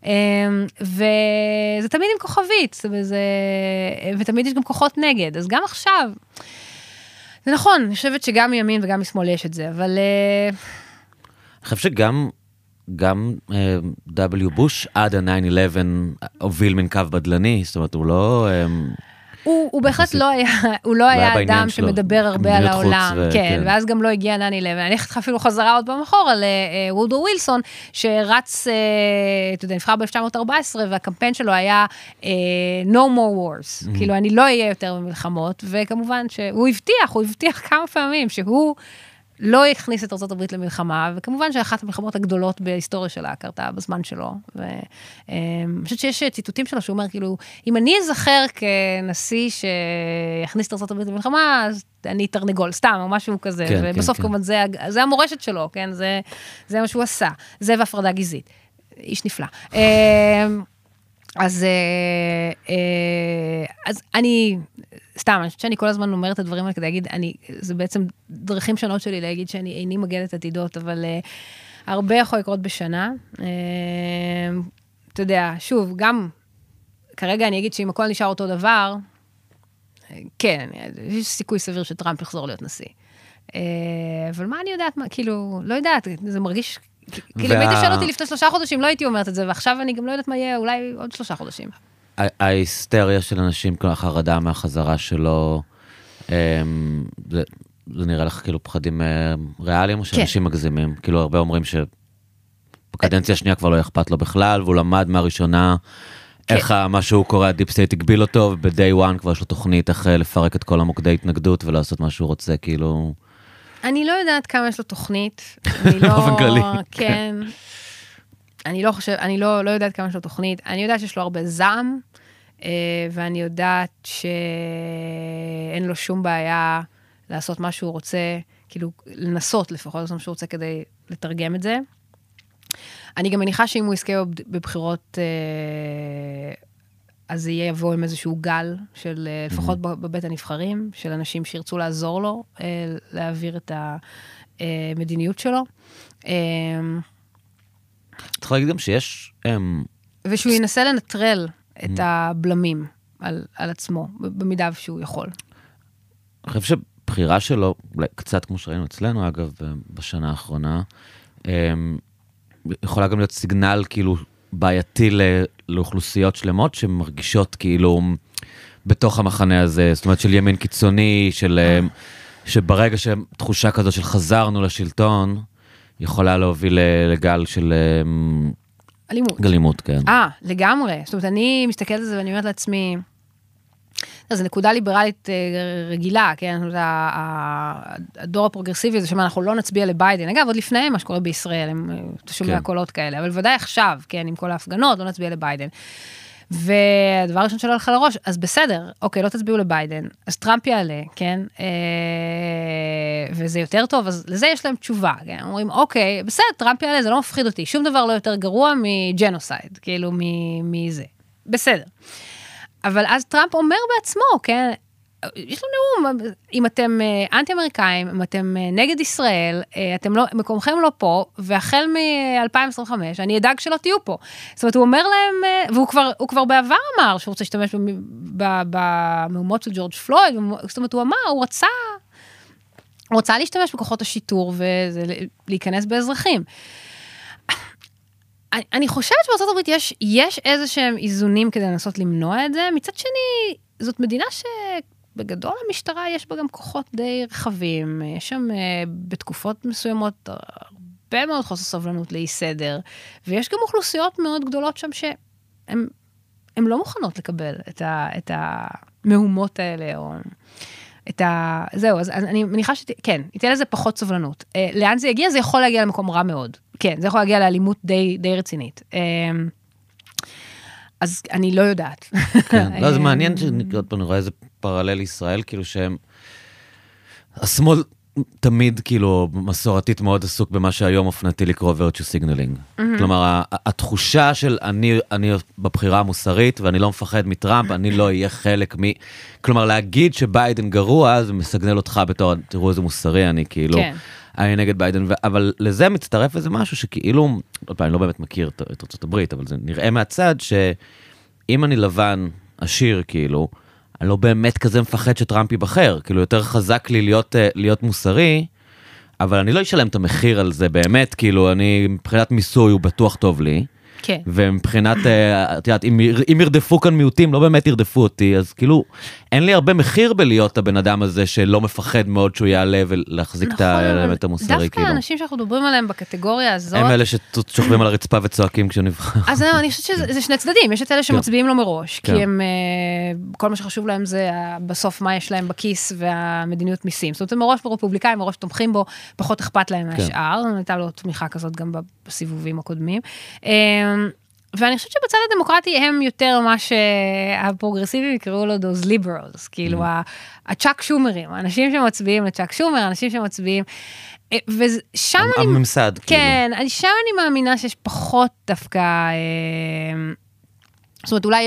וזה תמיד עם כוכבית, ותמיד יש גם כוחות נגד. אז גם עכשיו, זה נכון, אני חושבת שגם מימין וגם משמאל יש את זה, אבל... אני חושב גם W. בוש עד ה-9-11 הוביל מן קו בדלני, זאת אומרת, הוא לא... הוא בהחלט לא היה אדם שמדבר הרבה על העולם, כן, ואז גם לא הגיע 9-11, אני הולכת אפילו חזרה עוד פעם אחורה לוודרו ווילסון, שרץ, אתה יודע, נבחר ב-1914, והקמפיין שלו היה No more wars, כאילו אני לא אהיה יותר במלחמות, וכמובן שהוא הבטיח כמה פעמים שהוא לא יכניס את ארצות הברית למלחמה, וכמובן שאחת המלחמות הגדולות בהיסטוריה שלה קרתה בזמן שלו, ואני חושבת שיש ציטוטים שלו שהוא אומר, כאילו, אם אני אזכר כנשיא שיכניס את ארצות הברית למלחמה, אז אני תרנגול, סתם, או משהו כזה, ובסוף כמובן זה המורשת שלו, כן, זה מה שהוא עשה, זה והפרדה גזעית, איש נפלא. אז אז אני, סתם, אני חושבת שאני כל הזמן אומרת את הדברים האלה כדי להגיד, זה בעצם דרכים שונות שלי להגיד שאני איני מגלת עתידות, אבל הרבה יכול לקרות בשנה. אתה יודע, שוב, גם כרגע אני אגיד שאם הכל נשאר אותו דבר, כן, יש סיכוי סביר שטראמפ יחזור להיות נשיא. אבל מה אני יודעת, כאילו, לא יודעת, זה מרגיש, כאילו, אם הייתי שואל אותי לפני 3 חודשים, לא הייתי אומרת את זה, ועכשיו אני גם לא יודעת מה יהיה, אולי עוד 3 חודשים. ההיסטריה של אנשים, כל החרדה מהחזרה שלו, זה נראה לך כאילו פחדים ריאליים, או שאנשים מגזימים? כאילו, הרבה אומרים שבקדנציה השנייה כבר לא אכפת לו בכלל, והוא למד מהראשונה, איך מה שהוא קורא, הדיפ סטייט הגביל אותו, וב-day one כבר יש לו תוכנית איך לפרק את כל המוקדי התנגדות, ולעשות מה שהוא רוצה, כאילו... אני לא יודעת כמה יש לו תוכנית. אני לא... באופן כללי. כן. אני לא יודעת כמה יש לו תוכנית. אני יודעת שיש לו הרבה זעם, ואני יודעת שאין לו שום בעיה לעשות מה שהוא רוצה, כאילו, לנסות לפחות לעשות מה שהוא רוצה כדי לתרגם את זה. אני גם מניחה שאם הוא יזכה בבחירות, אז יהיה יבוא עם איזשהו גל של, לפחות בבית הנבחרים, של אנשים שירצו לעזור לו, להעביר את המדיניות שלו. צריך להגיד גם שיש... ושהוא ינסה לנטרל את הבלמים על עצמו, במידה שהוא יכול. אני חושב שבחירה שלו, קצת כמו שראינו אצלנו, אגב, בשנה האחרונה, יכולה גם להיות סיגנל כאילו בעייתי לאוכלוסיות שלמות שמרגישות כאילו בתוך המחנה הזה, זאת אומרת של ימין קיצוני, שברגע שתחושה כזו של חזרנו לשלטון, יכולה להוביל לגל של... אלימות. גלימות, כן. לגמרי. זאת אומרת, אני מסתכלת על זה ואני אומרת לעצמי, זו נקודה ליברלית רגילה, כן? הדור הפרוגרסיבי הזה, שמה אנחנו לא נצביע לביידן. אגב, עוד לפני מה שקורה בישראל, הם שומע קולות כאלה, אבל ודאי עכשיו, כן, עם כל ההפגנות, לא נצביע לביידן. והדבר הראשון שלא הלכה לראש, אז בסדר, אוקיי, לא תצביעו לביידן, אז טראמפ יעלה, כן? וזה יותר טוב, אז לזה יש להם תשובה, כן? אומרים, אוקיי, בסדר, טראמפ יעלה, זה לא מפחיד אותי, שום דבר לא יותר גרוע מג'נוסייד, כאילו, מזה. בסדר. אבל אז טראמפ אומר בעצמו, כן, יש לו נאום, אם אתם אנטי-אמריקאים, אם אתם נגד ישראל, אתם לא, מקומכם לא פה, והחל מ-2025, אני אדאג שלא תהיו פה. זאת אומרת, הוא אומר להם, והוא כבר בעבר אמר, שהוא רוצה להשתמש במהומות של ג'ורג' פלויד, זאת אומרת, הוא אמר, הוא רצה להשתמש בכוחות השיטור, ולהיכנס באזרחים. אני חושבת שבארצות הברית יש איזה שהם איזונים כדי לנסות למנוע את זה, מצד שני, זאת מדינה שבגדול המשטרה יש בה גם כוחות די רחבים, יש שם בתקופות מסוימות הרבה מאוד חוסר סבלנות לאי סדר, ויש גם אוכלוסיות מאוד גדולות שם שהן לא מוכנות לקבל את המהומות האלה, או זהו, אז אני מניחה כן, ייתן לזה פחות סבלנות. לאן זה יגיע? זה יכול להגיע למקום רע מאוד. כן, זה יכול להגיע לאלימות די רצינית. אז אני לא יודעת. כן, לא, זה מעניין שנקראת פה, אני רואה איזה פרלל ישראל, כאילו שהם, השמאל תמיד כאילו מסורתית מאוד עסוק במה שהיום אופנתי לקרוא virtue signaling. כלומר, התחושה של אני בבחירה המוסרית, ואני לא מפחד מטראמפ, אני לא אהיה חלק כלומר, להגיד שביידן גרוע, זה מסגנל אותך בתור, תראו איזה מוסרי, אני כאילו, אני נגד ביידן, אבל לזה מצטרף איזה משהו שכאילו, אני לא באמת מכיר את ארצות הברית, אבל זה נראה מהצד שאם אני לבן, עשיר כאילו, אני לא באמת כזה מפחד שטראמפ ייבחר, כאילו יותר חזק לי להיות מוסרי, אבל אני לא אשלם את המחיר על זה באמת, כאילו אני מבחינת מיסוי הוא בטוח טוב לי, כן. ומבחינת, את יודעת, אם ירדפו כאן מיעוטים, לא באמת ירדפו אותי, אז כאילו, אין לי הרבה מחיר בלהיות הבן אדם הזה שלא מפחד מאוד שהוא יעלה ולהחזיק את האלמנט המוסרי, דווקא האנשים שאנחנו מדברים עליהם בקטגוריה הזאת, הם אלה ששוכבים על הרצפה וצועקים כשהוא נבחר. אז אני חושבת שזה שני צדדים, יש את אלה שמצביעים לו מראש, כי הם, כל מה שחשוב להם זה בסוף מה יש להם בכיס והמדיניות מיסים. זאת אומרת, מראש ברפובליקאים, מראש תומכים בו, פחות אכפת להם מהשאר, הייתה לו תמיכה כזאת גם בסיבובים הקודמים. ואני חושבת שבצד הדמוקרטי הם יותר מה שהפרוגרסיבים יקראו לו those liberals, כאילו הצ'אק שומרים, האנשים שמצביעים לצ'אק שומר, האנשים שמצביעים, ושם אני... הממסד, כאילו. כן, שם אני מאמינה שיש פחות דווקא, זאת אומרת, אולי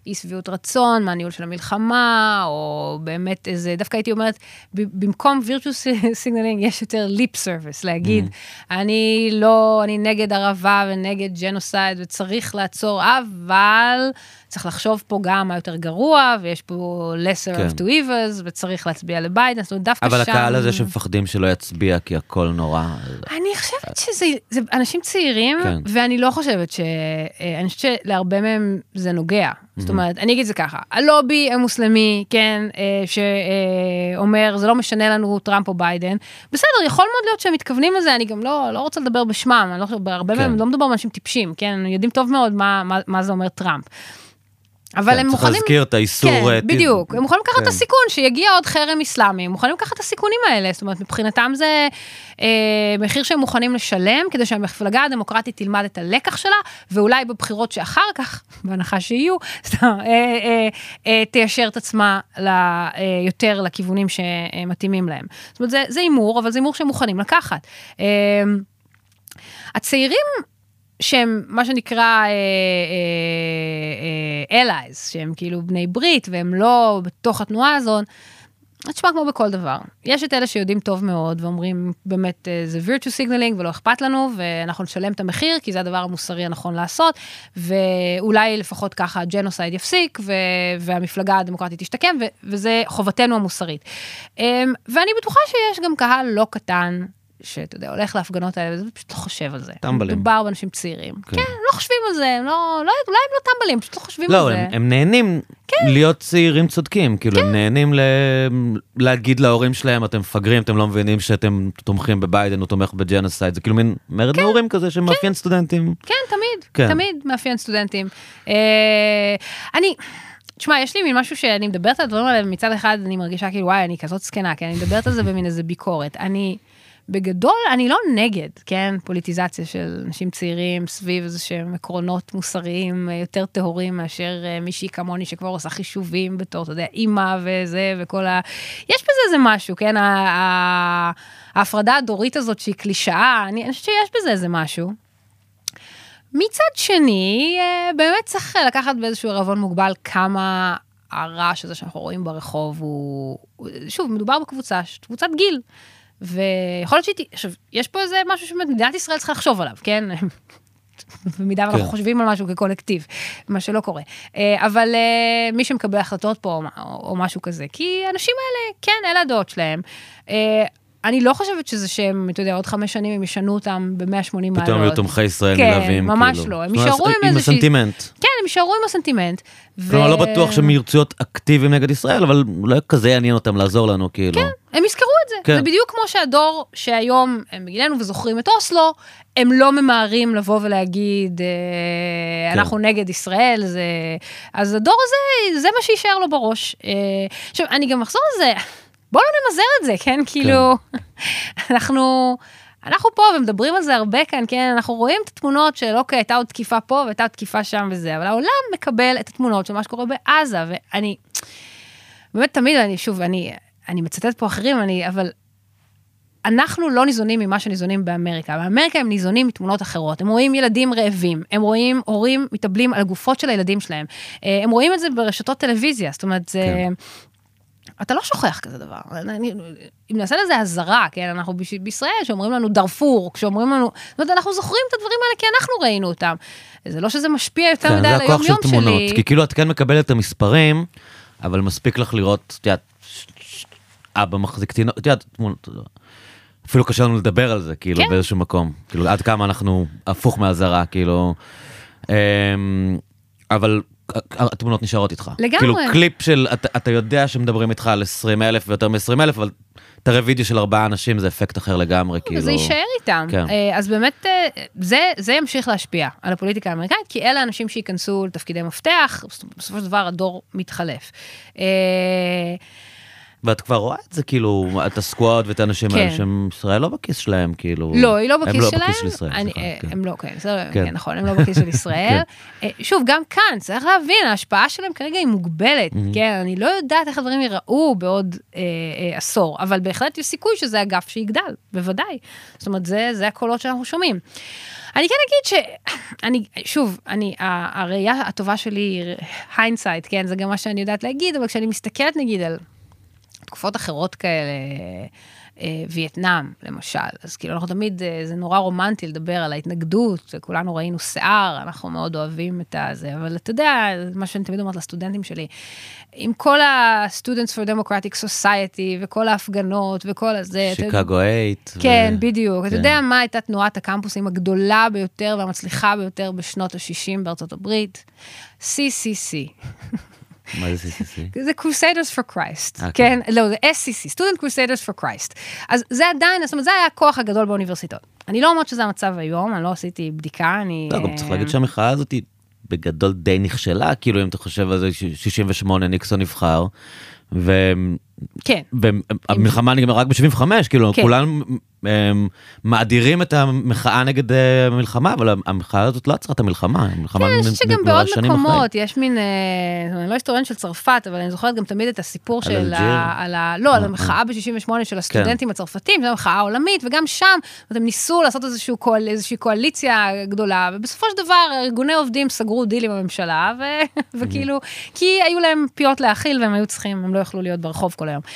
אי שביעות רצון, מהניהול של המלחמה, או באמת איזה, דווקא הייתי אומרת, במקום virtue signaling, יש יותר lip service, להגיד, אני נגד ערבה ונגד ג'נוסייד, וצריך לעצור, אבל צריך לחשוב פה גם מה יותר גרוע, ויש פה lesser of two evils, וצריך להצביע לביידן, זאת אומרת, דווקא שם... אבל הקהל הזה שמפחדים שלא יצביע, כי הכל נורא... אני חושבת שזה אנשים צעירים, ואני לא חושבת אני חושבת שלהרבה מהם זה נוגע. זאת אומרת, אני אגיד זה ככה, הלובי המוסלמי, כן, שאומר, זה לא משנה לנו טראמפ או ביידן, בסדר, יכול מאוד להיות שהם מתכוונים לזה, אני גם לא רוצה לדבר בשמם, הרבה מהם לא מדובר באנשים טיפשים, כן, יודעים טוב מאוד מה זה אומר טראמפ. אבל הם מוכנים... צריך להזכיר את האיסור... כן, בדיוק. הם מוכנים לקחת את הסיכון, שיגיע עוד חרם אסלאמי, הם מוכנים לקחת את הסיכונים האלה, זאת אומרת, מבחינתם זה מחיר שהם מוכנים לשלם, כדי שהמפלגה הדמוקרטית תלמד את הלקח שלה, ואולי בבחירות שאחר כך, בהנחה שיהיו, תיישר את עצמה יותר לכיוונים שמתאימים להם. זאת אומרת, זה אימור, אבל זה אימור שהם מוכנים לקחת. הצעירים... שהם מה שנקרא allies, שהם כאילו בני ברית, והם לא בתוך התנועה הזאת, תשמע כמו בכל דבר. יש את אלה שיודעים טוב מאוד, ואומרים באמת זה virtue signaling, ולא אכפת לנו, ואנחנו נשלם את המחיר, כי זה הדבר המוסרי הנכון לעשות, ואולי לפחות ככה הג'נוסייד יפסיק, והמפלגה הדמוקרטית תשתקם, וזה חובתנו המוסרית. ואני בטוחה שיש גם קהל לא קטן, שאתה יודע, הולך להפגנות האלה, וזה פשוט לא חושב על זה. טמבלים. מדובר באנשים צעירים. כן, לא חושבים על זה, אולי הם לא טמבלים, פשוט לא חושבים על זה. לא, הם נהנים להיות צעירים צודקים, כאילו הם נהנים להגיד להורים שלהם, אתם מפגרים, אתם לא מבינים שאתם תומכים בביידן, הוא תומך בג'נוסייד, זה כאילו מין מרד נעורים כזה שמאפיין סטודנטים. כן, תמיד מאפיין סטודנטים. תשמע, יש לי מין משהו שאני מדברת על הדברים האלה, ומצד אחד אני מרגישה כאילו, וואי, אני כזאת סקנה, כי אני מדברת על זה במין איזה ביקורת. בגדול, אני לא נגד, כן, פוליטיזציה של אנשים צעירים סביב איזה שהם עקרונות מוסריים יותר טהורים מאשר מישהי כמוני שכבר עושה חישובים בתור, אתה יודע, אימא וזה וכל יש בזה איזה משהו, כן, ההפרדה הדורית הזאת שהיא קלישאה, אני חושבת שיש בזה איזה משהו. מצד שני, באמת צריך לקחת באיזשהו ערבון מוגבל כמה הרעש הזה שאנחנו רואים ברחוב הוא, שוב, מדובר בקבוצה, קבוצת גיל. ויכול להיות עכשיו, יש פה איזה משהו שמדינת ישראל צריכה לחשוב עליו, כן? במידה אנחנו חושבים על משהו כקולקטיב, מה שלא קורה. אבל מי שמקבל החלטות פה או משהו כזה, כי האנשים האלה, כן, אלה הדעות שלהם. אני לא חושבת שזה שהם, אתה יודע, עוד 5 שנים הם ישנו אותם ב-180 מעלות. פתאום יהיו תומכי ישראל מלווים. כן, ממש לא. הם יישארו עם הסנטימנט. כן, הם יישארו עם הסנטימנט. כלומר, לא בטוח שהם ירצו להיות אקטיביים נגד ישראל, אבל אולי כזה יעניין אותם לעזור לנו, כאילו. כן, הם יזכרו את זה. זה בדיוק כמו שהדור שהיום הם בגילנו וזוכרים את אוסלו, הם לא ממהרים לבוא ולהגיד, אנחנו נגד ישראל, אז הדור הזה, זה מה שישאר לו בראש. עכשיו, אני גם אחזור לזה, בואו לא נמזר את זה, כן? כאילו, אנחנו פה ומדברים על זה הרבה כאן, כן? אנחנו רואים את התמונות של, אוקיי, הייתה עוד תקיפה פה והייתה עוד תקיפה שם וזה, אבל העולם מקבל את התמונות של מה שקורה בעזה, ואני, באמת תמיד, אני מצטט פה אחרים, אבל אנחנו לא ניזונים ממה שניזונים באמריקה. באמריקה הם ניזונים מתמונות אחרות. הם רואים ילדים רעבים, הם רואים הורים מתאבלים על הגופות של הילדים שלהם. הם רואים את זה ברשתות טלוויזיה, זאת אומרת, זה... אתה לא שוכח כזה דבר. אם נעשה לזה הזרה, כן, אנחנו בישראל, שאומרים לנו דרפור, כשאומרים לנו, זאת אומרת, אנחנו זוכרים את הדברים האלה, כי אנחנו ראינו אותם. זה לא שזה משפיע יותר מדי על היום יום שלי. כי כאילו את כן מקבלת את המספרים, אבל מספיק לך לראות, אבא מחזיק תינוק, תמונות, אפילו קשה לנו לדבר על זה, כאילו, באיזשהו מקום. כאילו, עד כמה אנחנו הפוך מהזרה, כאילו. אבל התמונות נשארות איתך. לגמרי. כאילו, קליפ של, אתה יודע שמדברים איתך על 20,000 ויותר מ-20,000, אבל תראה וידאו של 4 אנשים, זה אפקט אחר לגמרי, כאילו. זה יישאר איתם. אז באמת, זה ימשיך להשפיע על הפוליטיקה האמריקאית, כי אלה האנשים שייכנסו לתפקידי מפתח, בסופו של דבר הדור מתחלף. ואת כבר רואה את זה, כאילו, את הסקוואד ואת האנשים האלה, שהם ישראל לא בכיס שלהם, כאילו. לא, היא לא בכיס שלהם. הם לא בכיס של ישראל, הם לא, כן, נכון, הם לא בכיס של ישראל. שוב, גם כאן, צריך להבין, ההשפעה שלהם כרגע היא מוגבלת, כן, אני לא יודעת איך הדברים ייראו בעוד עשור, אבל בהחלט יש סיכוי שזה אגף שיגדל, בוודאי. זאת אומרת, זה הקולות שאנחנו שומעים. אני כן אגיד שוב, הראייה הטובה שלי היא hindsight, כן, זה גם מה שאני יודעת להגיד, אבל כשאני מסתכלת נגיד על תקופות אחרות כאלה, וייטנאם, למשל, אז כאילו אנחנו תמיד, זה נורא רומנטי לדבר על ההתנגדות, כולנו ראינו שיער, אנחנו מאוד אוהבים את זה, אבל אתה יודע, מה שאני תמיד אומרת לסטודנטים שלי, עם כל ה-Students for Democratic Society, וכל ההפגנות, וכל הזה. שיקגו 8. כן, בדיוק. אתה יודע מה הייתה תנועת הקמפוסים הגדולה ביותר, והמצליחה ביותר בשנות ה-60 בארצות הברית? CCC. מה זה CCC? זה Crusaders for Christ, כן? לא, זה SCC, Student Crusaders for Christ. אז זה עדיין, זאת אומרת, זה היה הכוח הגדול באוניברסיטאות. אני לא אומרת שזה המצב היום, אני לא עשיתי בדיקה, לא, גם צריך להגיד שהמחאה הזאת היא בגדול די נכשלה, כאילו אם אתה חושב על זה, 68 ניקסון נבחר, והמלחמה נגמר רק ב-75, כאילו כולם מאדירים את המחאה נגד המלחמה, אבל המחאה הזאת לא עצרה את המלחמה, המלחמה נגמרה שנים אחרי. יש שגם בעוד מקומות, יש מין, אני לא היסטוריון של צרפת, אבל אני זוכרת גם תמיד את הסיפור של, על המחאה ב-68 של הסטודנטים הצרפתים, זו המחאה העולמית, וגם שם, הם ניסו לעשות איזושהי קואליציה גדולה, ובסופו של דבר, ארגוני עובדים סגרו דיל עם הממשלה, וכאילו, כי היו להם פיות להאכיל, והם היו צריכים, הם לא יכלו להיות ברחוב כל היום.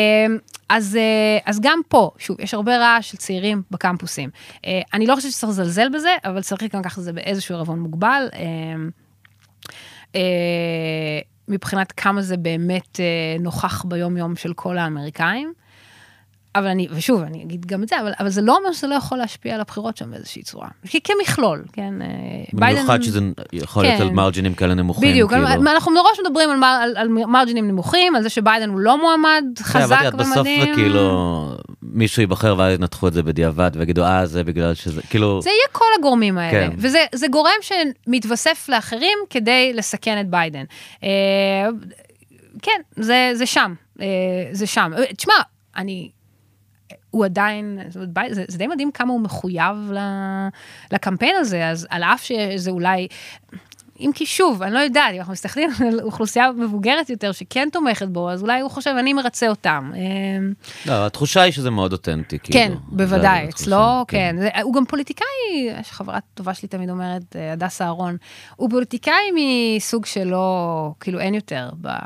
אז גם פה, שוב, יש הרבה רעש של צעירים בקמפוסים. אני לא חושבת שצריך לזלזל בזה, אבל צריך גם ככה זה באיזשהו ערבון מוגבל. מבחינת כמה זה באמת נוכח ביום-יום של כל האמריקאים. אבל ושוב, אני אגיד גם את זה, אבל זה לא אומר שזה לא יכול להשפיע על הבחירות שם באיזושהי צורה. כמכלול, כן. במיוחד שזה יכול להיות על מרג'ינים כאלה נמוכים. בדיוק, אנחנו מראש מדברים על מרג'ינים נמוכים, על זה שביידן הוא לא מועמד חזק ומדהים. בסוף זה כאילו, מישהו ייבחר ואז ינתחו את זה בדיעבד, ויגידו, זה בגלל שזה, כאילו... זה יהיה כל הגורמים האלה, וזה גורם שמתווסף לאחרים כדי לסכן את ביידן. כן, זה שם. זה שם. תשמע, הוא עדיין, זה די מדהים כמה הוא מחויב לקמפיין הזה, אז על אף שזה אולי, אם כי שוב, אני לא יודעת, אם אנחנו מסתכלים על אוכלוסייה מבוגרת יותר שכן תומכת בו, אז אולי הוא חושב, אני מרצה אותם. לא, התחושה היא שזה מאוד אותנטי. כן, בוודאי, אצלו, כן. הוא גם פוליטיקאי, יש חברה טובה שלי תמיד אומרת, הדס אהרון, הוא פוליטיקאי מסוג שלו, כאילו אין יותר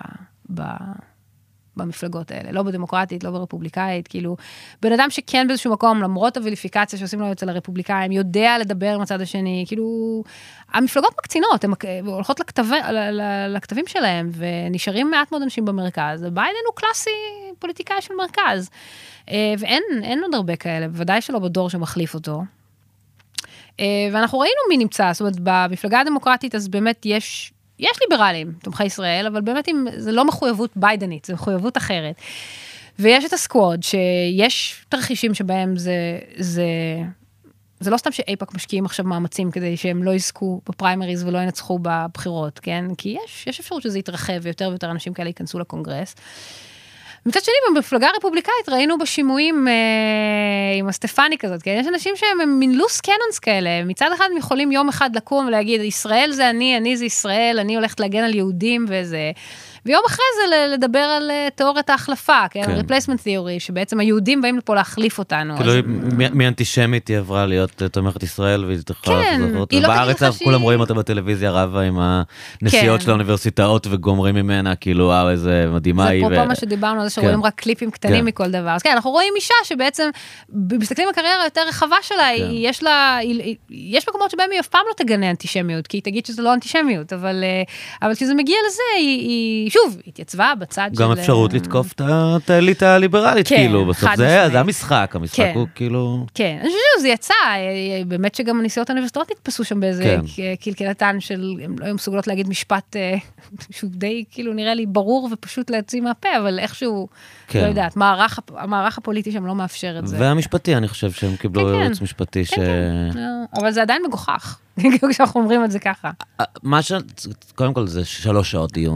במפלגות האלה, לא בדמוקרטית, לא ברפובליקאית, כאילו, בן אדם שכן באיזשהו מקום, למרות הוויליפיקציה שעושים לו אצל הרפובליקאים, יודע לדבר עם הצד השני, כאילו, המפלגות מקצינות, הן הולכות לכתבים שלהם, ונשארים מעט מאוד אנשים במרכז, וביידן הוא קלאסי פוליטיקאי של מרכז, ואין עוד הרבה כאלה, בוודאי שלא בדור שמחליף אותו, ואנחנו ראינו מי נמצא, זאת אומרת, במפלגה הדמוקרטית, אז באמת יש ליברלים, תומכי ישראל, אבל באמת זה לא מחויבות ביידנית, זה מחויבות אחרת. ויש את הסקוואד, שיש תרחישים שבהם זה לא סתם שאיפאק משקיעים עכשיו מאמצים, כדי שהם לא יזכו בפריימריז ולא ינצחו בבחירות, כן? כי יש אפשרות שזה יתרחב, ויותר ויותר אנשים כאלה ייכנסו לקונגרס. מצד שני, במפלגה הרפובליקאית ראינו בשימועים עם הסטפני כזאת, כן? יש אנשים שהם מין לוס קנונס כאלה, מצד אחד הם יכולים יום אחד לקום ולהגיד, ישראל זה אני זה ישראל, אני הולכת להגן על יהודים וזה, ויום אחרי זה לדבר על תיאוריית ההחלפה, כן? replacement theory, שבעצם היהודים באים לפה להחליף אותנו. כאילו, מאנטישמית היא עברה להיות תומכת ישראל, והיא תחלה לחזור. בארץ כולם רואים אותה בטלוויזיה רבה עם הנסיעות של האוניברסיטאות וגומרים ממנה, כאילו, איזה מדהימה היא. זה פה מה שדיברנו, זה שרואים רק קליפים קטנים מכל דבר. אז כן, אנחנו רואים אישה שבעצם, מסתכלים בקריירה יותר רחבה שלה, יש מקומות שבהם היא אף פעם לא תגנה אנטישמיות, כי היא תגיד שזה לא אנטישמיות, אבל כשזה מגיע לזה, היא שוב, התייצבה בצד של... גם אפשרות לתקוף את האליטה הליברלית, כאילו, בסוף זה המשחק הוא כאילו... כן, אני חושב שזה יצא, באמת שגם הנשיאות האוניברסיטאות נתפסו שם באיזה קלקלתן של, הם לא היו מסוגלות להגיד משפט שהוא די, כאילו, נראה לי ברור ופשוט להוציא מהפה, אבל איכשהו, לא יודעת, המערך הפוליטי שם לא מאפשר את זה. והמשפטי, אני חושב שהם קיבלו ייעוץ משפטי ש... אבל זה עדיין מגוחך, כשאנחנו אומרים את זה ככה. קודם כל זה 3 שעות דיון.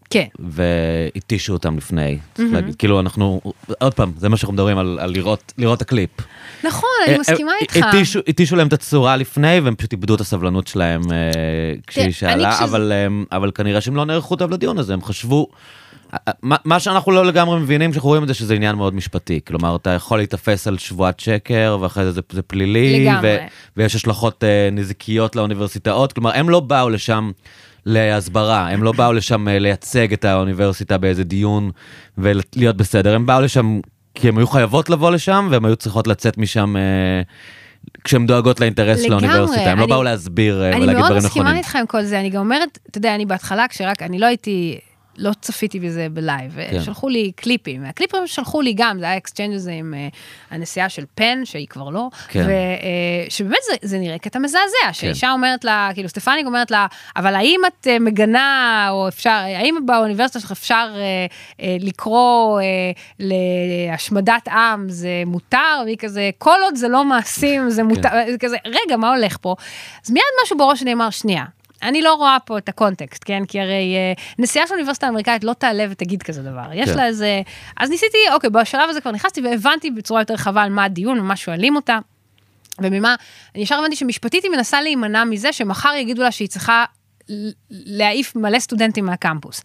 כן. והתישו אותם לפני, צריך להגיד. כאילו אנחנו, עוד פעם, זה מה שאנחנו מדברים על לראות הקליפ. נכון, אני מסכימה איתך. התישו להם את הצורה לפני, והם פשוט איבדו את הסבלנות שלהם כשהיא שאלה, אבל כנראה שהם לא נערכו טוב לדיון הזה, הם חשבו, מה שאנחנו לא לגמרי מבינים, שאנחנו רואים את זה שזה עניין מאוד משפטי, כלומר, אתה יכול להתאפס על שבועת שקר, ואחרי זה זה פלילי, ויש השלכות נזיקיות לאוניברסיטאות, כלומר, הם לא באו לשם להסברה, הם לא באו לשם לייצג את האוניברסיטה באיזה דיון, ולהיות בסדר, הם באו לשם כי הם היו חייבות לבוא לשם, והם היו צריכות לצאת משם כשהם דואגות לאינטרס של האוניברסיטה, הם לא באו להסביר ולהגיד דברים נכונים. אני מאוד מסכימה איתך עם כל זה, אני גם אומרת, אתה יודע, אני בהתחלה, כשרק, אני לא הייתי, לא צפיתי בזה בלייב, שלחו לי קליפים, הקליפים שלחו לי גם, זה היה אקסצ'יינג' הזה עם הנסיעה של פן, שהיא כבר לא, ושבאמת זה נראה קטע מזעזע, שהאישה אומרת לה, כאילו סטפניק אומרת לה, אבל האם את מגנה, או אפשר, האם באוניברסיטה שלך אפשר לקרוא להשמדת עם, זה מותר, והיא כזה, כל עוד זה לא מעשים, זה מותר, כזה, רגע, מה הולך פה? אז מיד משהו בראש נאמר, שנייה, אני לא רואה פה את הקונטקסט, כן? כי הרי נשיאה של האוניברסיטה האמריקאית לא תעלה ותגיד כזה דבר. יש לה איזה... אז ניסיתי, אוקיי, בשלב הזה כבר נכנסתי והבנתי בצורה יותר רחבה על מה הדיון ומה שואלים אותה. וממה, אני ישר הבנתי שמשפטית היא מנסה להימנע מזה שמחר יגידו לה שהיא צריכה להעיף מלא סטודנטים מהקמפוס.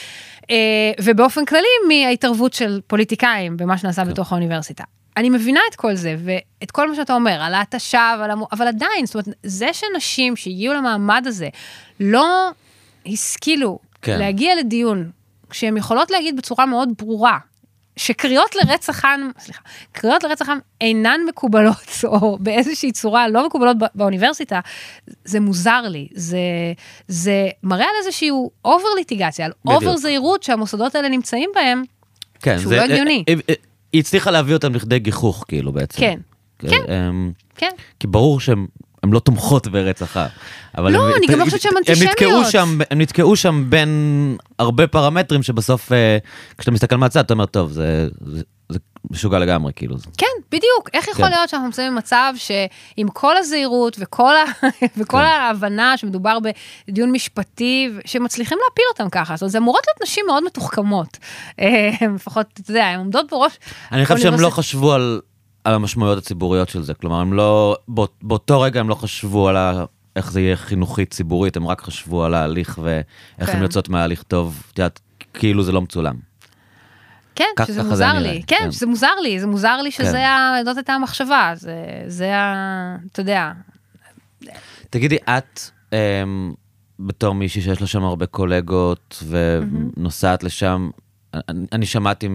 ובאופן כללי מההתערבות של פוליטיקאים במה שנעשה בתוך האוניברסיטה. אני מבינה את כל זה, ואת כל מה שאתה אומר, על ההתשה, אבל עדיין, זאת אומרת, זה שנשים שהגיעו למעמד הזה, לא השכילו להגיע לדיון, כשהן יכולות להגיד בצורה מאוד ברורה, שקריאות לרצח עם, קריאות לרצח עם אינן מקובלות, או באיזושהי צורה לא מקובלות באוניברסיטה, זה מוזר לי, זה מראה על איזשהו אובר ליטיגציה, על אובר זהירות שהמוסדות האלה נמצאים בהם, שהוא לא הגיוני. היא הצליחה להביא אותם לכדי גיחוך, כאילו, בעצם. כן, כן. כי ברור שהן לא תומכות ברצח עם. לא, אני גם לא חושבת שהן אנטישמיות. הם נתקעו שם בין הרבה פרמטרים, שבסוף, כשאתה מסתכל מהצד, אתה אומר, טוב, זה משוגע לגמרי, כאילו. כן, בדיוק. איך יכול להיות שאנחנו נמצאים במצב שעם כל הזהירות וכל ההבנה שמדובר בדיון משפטי, שמצליחים להפיל אותם ככה. זאת אומרת, זה אמורות להיות נשים מאוד מתוחכמות. לפחות, אתה יודע, הן עומדות בראש. אני חושב שהם לא חשבו על המשמעויות הציבוריות של זה. כלומר, הם לא, באותו רגע הם לא חשבו על איך זה יהיה חינוכית ציבורית, הם רק חשבו על ההליך ואיך הם יוצאות מההליך טוב, כאילו זה לא מצולם. כן, שזה מוזר לי. כן, שזה מוזר לי. זה מוזר לי שזה זאת הייתה המחשבה. זה אתה יודע. תגידי, את, בתור מישהי שיש לה שם הרבה קולגות, ונוסעת לשם, אני שמעתי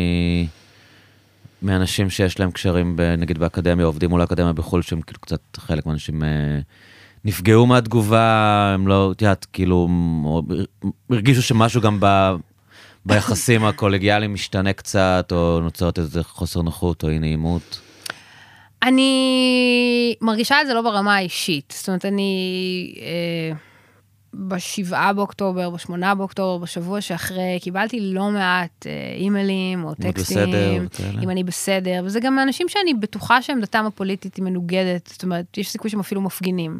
מאנשים שיש להם קשרים, נגיד באקדמיה, עובדים מול האקדמיה בחול, שהם כאילו קצת חלק מהאנשים נפגעו מהתגובה, הם לא, תיאת, כאילו, הרגישו שמשהו גם ביחסים הקולגיאליים משתנה קצת, או נוצרת איזה חוסר נוחות, או אי נעימות? אני מרגישה את זה לא ברמה האישית. זאת אומרת, אני ב7 באוקטובר, ב8 באוקטובר, בשבוע שאחרי, קיבלתי לא מעט אימיילים או טקסטים, אם אני בסדר, וזה גם אנשים שאני בטוחה שעמדתם הפוליטית היא מנוגדת, זאת אומרת, יש סיכוי שהם אפילו מפגינים.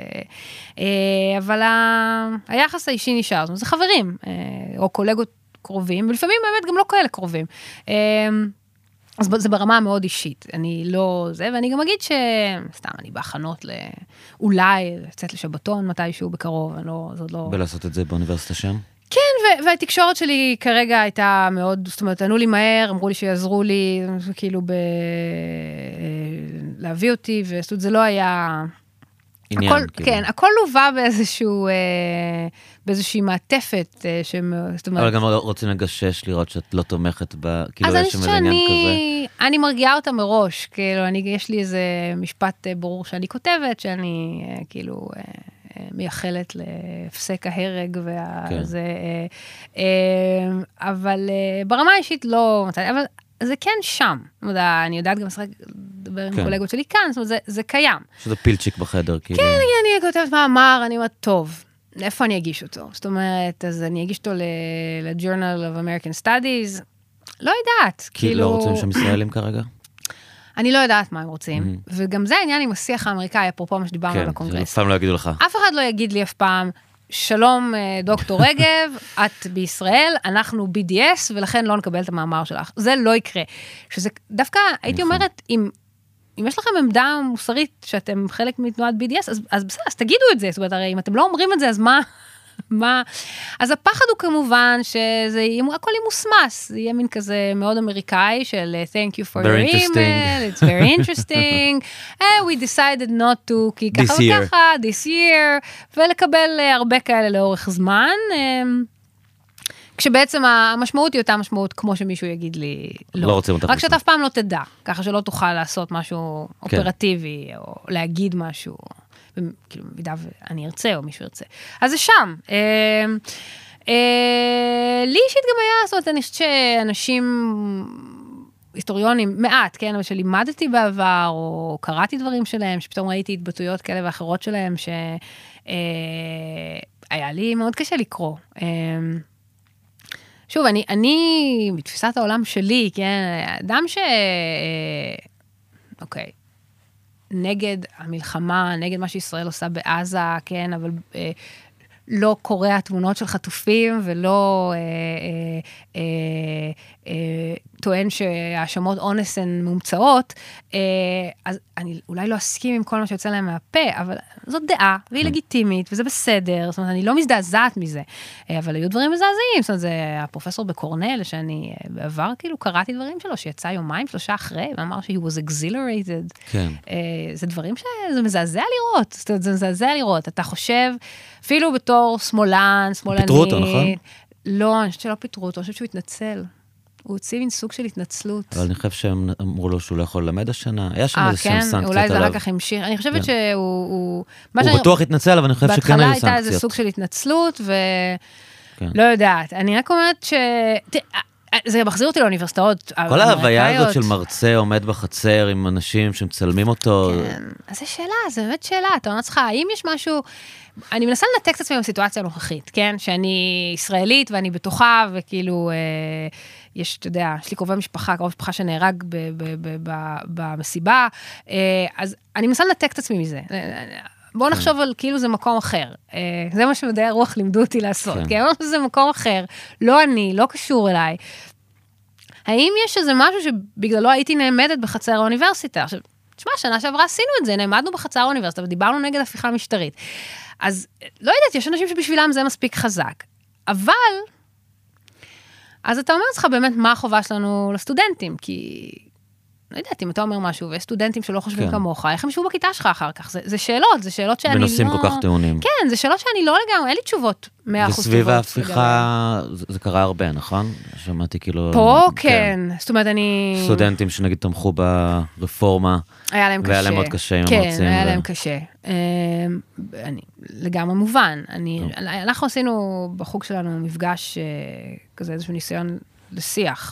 אבל היחס האישי נשאר, זאת אומרת, זה חברים, או קולגות קרובים, ולפעמים באמת גם לא כאלה קרובים. אז זה ברמה מאוד אישית, אני לא זה, ואני גם אגיד סתם, אני בהכנות אולי לצאת לשבתון מתישהו בקרוב, אני לא, זאת לא... ולעשות את זה באוניברסיטה שם? כן, והתקשורת שלי כרגע הייתה מאוד, זאת אומרת, ענו לי מהר, אמרו לי שיעזרו לי, כאילו להביא אותי, וזאת אומרת, זה לא היה... עניין, הכל, כאילו. כן, הכל לובה באיזושהי מעטפת, אבל גם רוצים לגשש, לראות שאת לא תומכת כאילו אז יש שם איזה עניין כזה. אני מרגיעה אותה מראש, כאילו, יש לי איזה משפט ברור שאני כותבת, שאני כאילו מייחלת להפסק ההרג, אבל ברמה האישית לא, אבל זה כן שם, אני יודעת גם לדבר עם קולגות שלי כאן, זאת אומרת, זה קיים. שזה פילצ'יק בחדר, כאילו. כן, אני כותבת מאמר, אני אומרת, טוב, איפה אני אגיש אותו? זאת אומרת, אז אני אגיש אותו ל-Journal of American Studies, לא יודעת. כי לא רוצים שם ישראלים כרגע? אני לא יודעת מה הם רוצים, וגם זה העניין עם השיח האמריקאי, אפרופו מה שדיברנו על הקונגרס. כן, אף פעם לא יגידו לך. אף אחד לא יגיד לי אף פעם, שלום דוקטור רגב, את בישראל, אנחנו BDS, ולכן לא נקבל את המאמר שלך. זה לא יקרה. שזה דווקא, הייתי אומרת, אם יש לכם עמדה מוסרית שאתם חלק מתנועת BDS, אז בסדר, אז תגידו את זה. זאת אומרת, הרי אם אתם לא אומרים את זה, אז מה? אז הפחד הוא כמובן שזה יהיה, הכל יהיה מוסמס, זה יהיה מין כזה מאוד אמריקאי של thank you for your email, it's very interesting, we decided not to, כי ככה וככה, this year, ולקבל הרבה כאלה לאורך זמן, כשבעצם המשמעות היא אותה משמעות, כמו שמישהו יגיד לי, לא. רק שאתה אף פעם לא תדע, ככה שלא תוכל לעשות משהו אופרטיבי, או להגיד משהו, כאילו, במידה ואני ארצה, או מישהו ירצה. אז זה שם. לי אישית גם היה, זאת אומרת, אני חושבת שאנשים, היסטוריונים, מעט, כן, אבל שלימדתי בעבר, או קראתי דברים שלהם, שפתאום ראיתי התבטאויות כאלה ואחרות שלהם, שהיה לי מאוד קשה לקרוא. שוב, אני, בתפיסת העולם שלי, כן, אדם אוקיי, נגד המלחמה, נגד מה שישראל עושה בעזה, כן, אבל לא קורא תמונות של חטופים, ולא טוען שהאשמות אונס הן מומצאות, אז אני אולי לא אסכים עם כל מה שיוצא להם מהפה, אבל זאת דעה, והיא לגיטימית, וזה בסדר, זאת אומרת, אני לא מזדעזעת מזה, אבל היו דברים מזעזעים, זאת אומרת, זה הפרופסור בקורנל, שאני בעבר כאילו קראתי דברים שלו, שיצא יומיים, 3 אחרי, ואמר he was exhilarated. כן. זה דברים שזה מזעזע לראות, זאת אומרת, זה מזעזע לראות, אתה חושב, אפילו בתור שמאלנית. פיטרו אותו, נכון? לא, אני חושבת שלא פיטרו אותו, אני חושבת שהוא התנצל. הוא הוציא מין סוג של התנצלות. אבל אני חושב שהם אמרו לו שהוא לא יכול ללמד השנה. היה שם איזה סנקציות עליו. אולי זה רק כך המשיך. אני חושבת שהוא... הוא בטוח התנצל, אבל אני חושב שכן היו סנקציות. בהתחלה הייתה איזה סוג של התנצלות, ולא יודעת. אני רק אומרת ש... זה מחזיר אותי לאוניברסיטאות האמריקאיות. כל ההוויה הזאת של מרצה עומד בחצר עם אנשים שמצלמים אותו. כן, אז זו שאלה, זו באמת שאלה. אתה אומר לך, האם יש משהו... אני מנסה לנתק את עצמי בסיטואציה הנוכחית, כן? שאני ישראלית ואני בתוכה, וכאילו, יש, אתה יודע, יש לי קרוב משפחה שנהרג במסיבה, אז אני מנסה לנתק את עצמי מזה. בואו נחשוב על כאילו זה מקום אחר. זה מה שמדעי הרוח לימדו אותי לעשות, כי אמרנו שזה מקום אחר, לא אני, לא קשור אליי. האם יש איזה משהו שבגללו הייתי נעמדת בחצר האוניברסיטה? עכשיו, תשמע, שנה שעברה עשינו את זה, נעמדנו בחצר האוניברסיטה, ודיברנו נגד הפיכה משטרית. אז לא יודעת, יש אנשים שבשבילם זה מספיק חזק. אבל, אז אתה אומר לך באמת מה החובה שלנו לסטודנטים, כי, לא יודעת, אם אתה אומר משהו, ויש סטודנטים שלא חושבים כמוך, איך הם ישבו בכיתה שלך אחר כך? זה שאלות שאני לא... בנושאים כל כך טעונים. כן, זה שאלות שאני לא לגמרי, אין לי תשובות 100% טובות. וסביב ההפיכה, זה קרה הרבה, נכון? שמעתי כאילו... פה כן, זאת אומרת, אני... סטודנטים שנגיד תמכו ברפורמה, היה להם קשה. והיה להם מאוד קשה עם המרצים. כן, היה להם קשה. לגמרי מובן. אנחנו עשינו בחוג שלנו מפגש, כזה איזשהו ניסיון לשיח,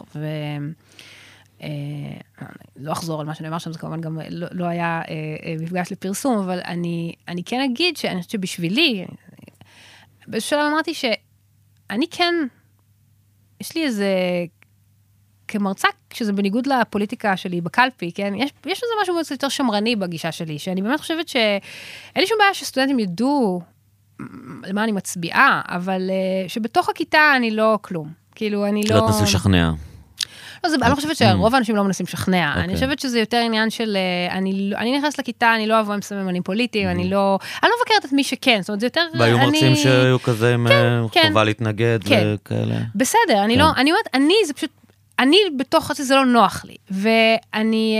לא אחזור על מה שאני אומר שם, זה כמובן גם לא היה מפגש לפרסום, אבל אני כן אגיד שאני חושבת שבשבילי, באיזשהו שלב אמרתי שאני כן, יש לי איזה, כמרצה, שזה בניגוד לפוליטיקה שלי בקלפי, כן, יש איזה משהו מאוד יותר שמרני בגישה שלי, שאני באמת חושבת שאין לי שום בעיה שסטודנטים ידעו למה אני מצביעה, אבל שבתוך הכיתה אני לא כלום. כאילו, אני לא... לא תנסו לשכנע. אני לא חושבת שרוב האנשים לא מנסים לשכנע, אני חושבת שזה יותר עניין של, אני נכנס לכיתה, אני לא אבוא עם סממנים פוליטיים, אני לא מבקרת את מי שכן, זאת אומרת, זה יותר, והיו מרצים שהיו כזה עם חובה להתנגד וכאלה. בסדר, אני אומרת, זה פשוט, אני בתוך זה לא נוח לי, ואני,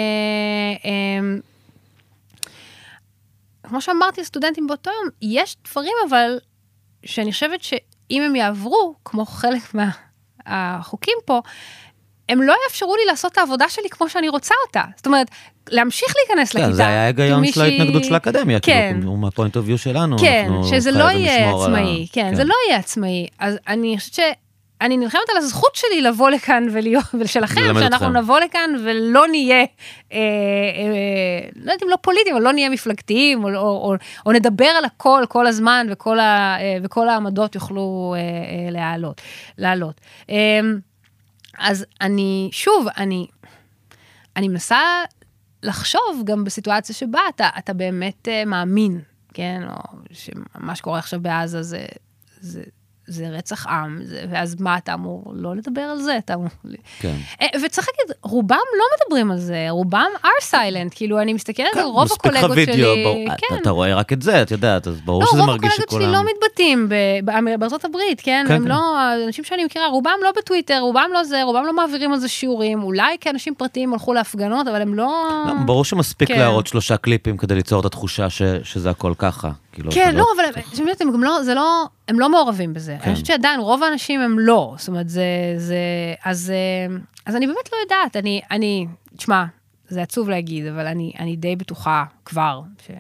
כמו שאמרתי לסטודנטים באותו יום, יש דברים אבל, שאני חושבת שאם הם יעברו, כמו חלק מהחוקים פה, הם לא יאפשרו לי לעשות את העבודה שלי כמו שאני רוצה אותה. זאת אומרת, להמשיך להיכנס לכיתה. זה היה היגיון של ההתנגדות של האקדמיה, כאילו, מהפוינט אוף ויו שלנו. כן, שזה לא יהיה עצמאי. כן, זה לא יהיה עצמאי. אז אני חושבת שאני נלחמת על הזכות שלי לבוא לכאן ושלכם, שאנחנו נבוא לכאן ולא נהיה, לא יודעת אם לא פוליטיים, אבל לא נהיה מפלגתיים, או נדבר על הכל כל הזמן, וכל העמדות יוכלו לעלות. אז אני מנסה לחשוב גם בסיטואציה שבה אתה באמת מאמין, כן, או שמה שקורה עכשיו בעזה זה רצח עם, ואז מה אתה אמור לא לדבר על זה? אתה אמור... כן. וצריך להגיד, רובם לא מדברים על זה, רובם are silent, כאילו אני מסתכלת על רוב הקולגות שלי... אתה רואה רק את זה, את יודעת, אז ברור שזה מרגיש שכולם... רוב הקולגות שלי לא מתבטאים בארצות הברית, כן? הם לא, האנשים שאני מכירה, רובם לא בטוויטר, רובם לא זה, רובם לא מעבירים על זה שיעורים, אולי כאנשים פרטיים הלכו להפגנות, אבל הם לא... ברור שמספיק להראות 3 קליפים כדי ליצור את התחושה שזה הכל ככה. כן, לא, אבל הם לא מעורבים בזה. אני חושבת שעדיין רוב האנשים הם לא. זאת אומרת, אז אני באמת לא יודעת. תשמע, זה עצוב להגיד, אבל אני די בטוחה כבר,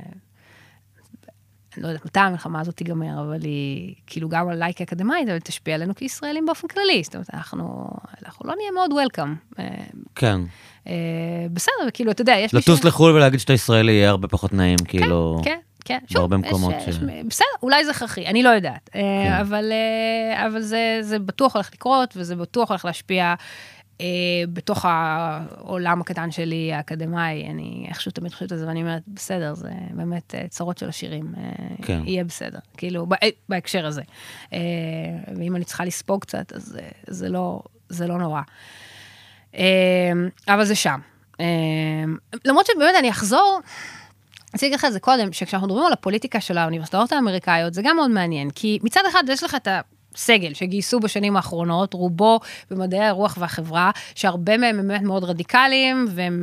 אני לא יודעת מתי המלחמה הזאת תיגמר, אבל היא כאילו גם עליי כאקדמית, אבל תשפיע עלינו כישראלים באופן כללי. זאת אומרת, אנחנו לא נהיה מאוד וולקאם. כן. בסדר, כאילו, אתה יודע, יש לטוס לחול ולהגיד שאתה ישראלי יהיה הרבה פחות נעים, כאילו... כן. כן, בהרבה מקומות בסדר, אולי זה הכרחי, אני לא יודעת, אבל זה בטוח הולך לקרות, וזה בטוח הולך להשפיע בתוך העולם הקטן שלי, האקדמי, אני איכשהו תמיד חושבת על זה, ואני אומרת, בסדר, זה באמת צרות של השירים, יהיה בסדר, כאילו, בהקשר הזה. ואם אני צריכה לספוג קצת, אז זה לא נורא. אבל זה שם. למרות שבאמת אני אחזור, אני רוצה להגיד לך את זה קודם, שכשאנחנו מדברים על הפוליטיקה של האוניברסיטאות האמריקאיות, זה גם מאוד מעניין, כי מצד אחד יש לך את הסגל שגייסו בשנים האחרונות, רובו במדעי הרוח והחברה, שהרבה מהם באמת מאוד רדיקליים, והם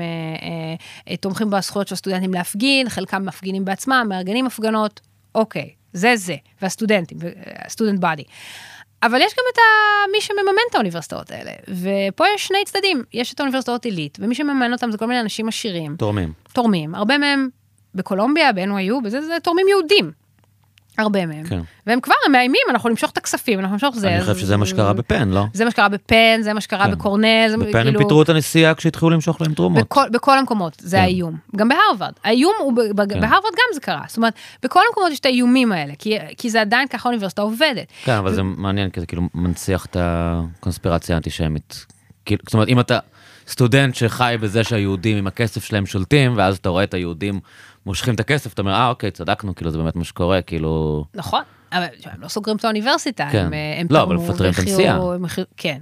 תומכים בזכויות של הסטודנטים להפגין, חלקם מפגינים בעצמם, מארגנים הפגנות, אוקיי, זה, והסטודנטים, הסטודנט בודי. אבל יש גם את מי שמממן את האוניברסיטאות האלה, ופה יש 2 צדדים, יש את האוניברסיטאות עילית, ומי שמממן אותם זה כל מיני אנשים עשירים. תורמים. הרבה מהם בקולומביה, ב-NYU, זה תורמים יהודים. הרבה מהם. כן. והם כבר, הם מאיימים, אנחנו נמשוך את הכספים, אנחנו נמשוך זה. אני חושב שזה מה שקרה בפן, לא? זה מה שקרה בפן, זה מה שקרה בקורנל. בפן הם פיתרו את הנסיעה כשהתחילו למשוך להם תרומות. בכל המקומות, זה האיום. גם בהרווארד. האיום הוא, בהרווארד גם זה קרה. זאת אומרת, בכל המקומות יש את האיומים האלה, כי זה עדיין ככה האוניברסיטה עובדת. כן, אבל זה מעניין, כי זה כאילו מנציח את הקונספירציה האנטישמית. זאת אומרת, אם אתה סטודנט שחי בזה שהיהודים עם הכסף שלהם שולטים, ואז אתה רואה את היהודים מושכים את הכסף, אתה אומר, אוקיי, צדקנו, כאילו, זה באמת מה שקורה, כאילו... נכון, אבל הם לא סוגרים את האוניברסיטה, כן. לא, אבל מפטרים את הנסיעה. כן.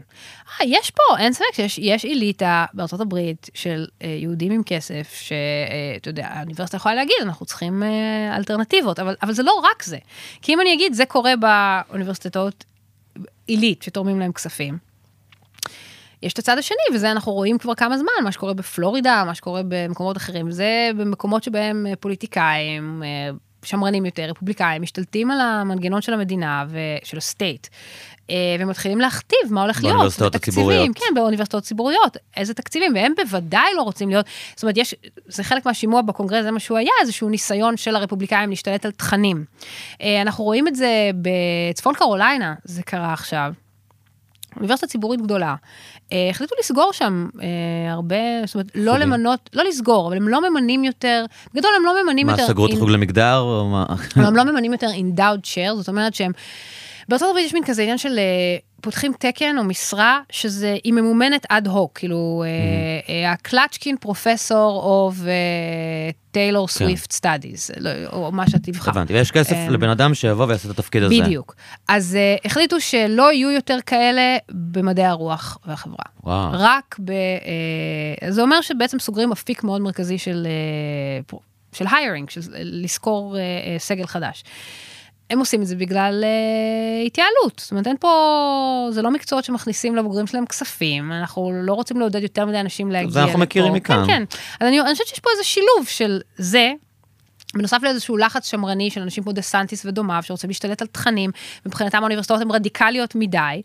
יש פה, אין ספק שיש איליטה בארצות הברית של יהודים עם כסף, שאתה יודע, האוניברסיטה יכולה להגיד, אנחנו צריכים אלטרנטיבות, אבל זה לא רק זה. כי אם אני אגיד, זה קורה באוניברסיטאות עילית, שתורמים להם כספים, יש את הצד השני, וזה אנחנו רואים כבר כמה זמן, מה שקורה בפלורידה, מה שקורה במקומות אחרים, זה במקומות שבהם פוליטיקאים, שמרנים יותר, רפובליקאים, משתלטים על המנגנון של המדינה ושל הסטייט, ומתחילים להכתיב מה הולך להיות. באוניברסיטאות הציבוריות. כן, באוניברסיטאות ציבוריות, איזה תקציבים, והם בוודאי לא רוצים להיות, זאת אומרת, זה חלק מהשימוע בקונגרס, זה מה שהוא היה, איזשהו ניסיון של הרפובליקאים להשתלט על תכנים. אנחנו רואים את זה בצפון קרוליינה, זה קרה עכשיו. אוניברסיטה ציבורית גדולה, החליטו לסגור שם הרבה, זאת אומרת, לא למנות, לא לסגור, אבל הם לא ממנים יותר, בגדול הם לא ממנים יותר... מה, סגרו את חוג למגדר או מה? הם לא ממנים יותר endowed chair, זאת אומרת שהם, בארצות הברית יש מין כזה עניין של פותחים תקן או משרה, שזה, היא ממומנת עד הוק, כאילו, הקלצ'קין פרופסור או טיילור סוויפט סטאדיז, או מה שתבחר. הבנתי, ויש כסף לבן אדם שיבוא ויעשה את התפקיד הזה. בדיוק. אז החליטו שלא יהיו יותר כאלה במדעי הרוח והחברה. וואו. רק זה אומר שבעצם סוגרים אפיק מאוד מרכזי של hiring, של לזכור סגל חדש. הם עושים את זה בגלל התייעלות. זאת אומרת, אין פה, זה לא מקצועות שמכניסים לבוגרים שלהם כספים, אנחנו לא רוצים לעודד יותר מדי אנשים להגיע. זה אנחנו מכירים מכאן. כן, כן. אז אני חושבת שיש פה איזה שילוב של זה, בנוסף לאיזשהו לחץ שמרני של אנשים כמו דה סנטיס ודומיו, שרוצים להשתלט על תכנים, מבחינתם האוניברסיטאות הן רדיקליות מדי,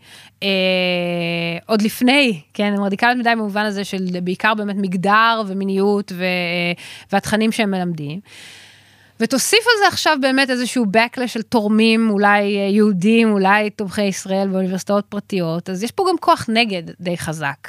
עוד לפני, כן, הן רדיקליות מדי במובן הזה של בעיקר באמת מגדר ומיניות והתכנים שהם מלמדים. ותוסיף על זה עכשיו באמת איזשהו backlash של תורמים, אולי יהודים, אולי תומכי ישראל באוניברסיטאות פרטיות, אז יש פה גם כוח נגד די חזק,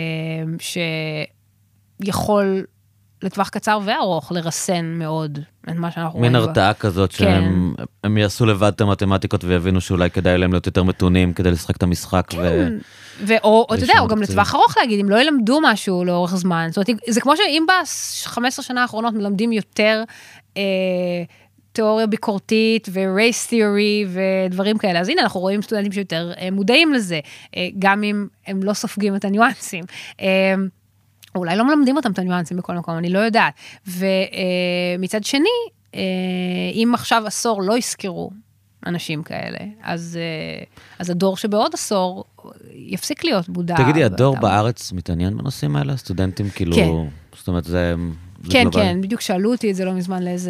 שיכול לטווח קצר וארוך לרסן מאוד את מה שאנחנו רואים. מין הרתעה כזאת שהם יעשו לבד את המתמטיקות ויבינו שאולי כדאי להם להיות יותר מתונים כדי לשחק את המשחק. או אתה יודע, או גם לטווח ארוך להגיד, אם לא ילמדו משהו לאורך זמן, זאת אומרת, זה כמו שאם ב-15 שנה האחרונות מלמדים יותר תיאוריה ביקורתית ו-race theory ודברים כאלה. אז הנה, אנחנו רואים סטודנטים שיותר מודעים לזה, גם אם הם לא סופגים את הניואנסים. אולי לא מלמדים אותם את הניואנסים בכל מקום, אני לא יודעת. ומצד שני, אם עכשיו עשור לא יזכרו אנשים כאלה, אז הדור שבעוד עשור יפסיק להיות מודע. תגידי, הדור בארץ מתעניין בנושאים האלה? סטודנטים כאילו... כן. זאת אומרת, זה... כן, כן, בדיוק שאלו אותי את זה לא מזמן לאיזה...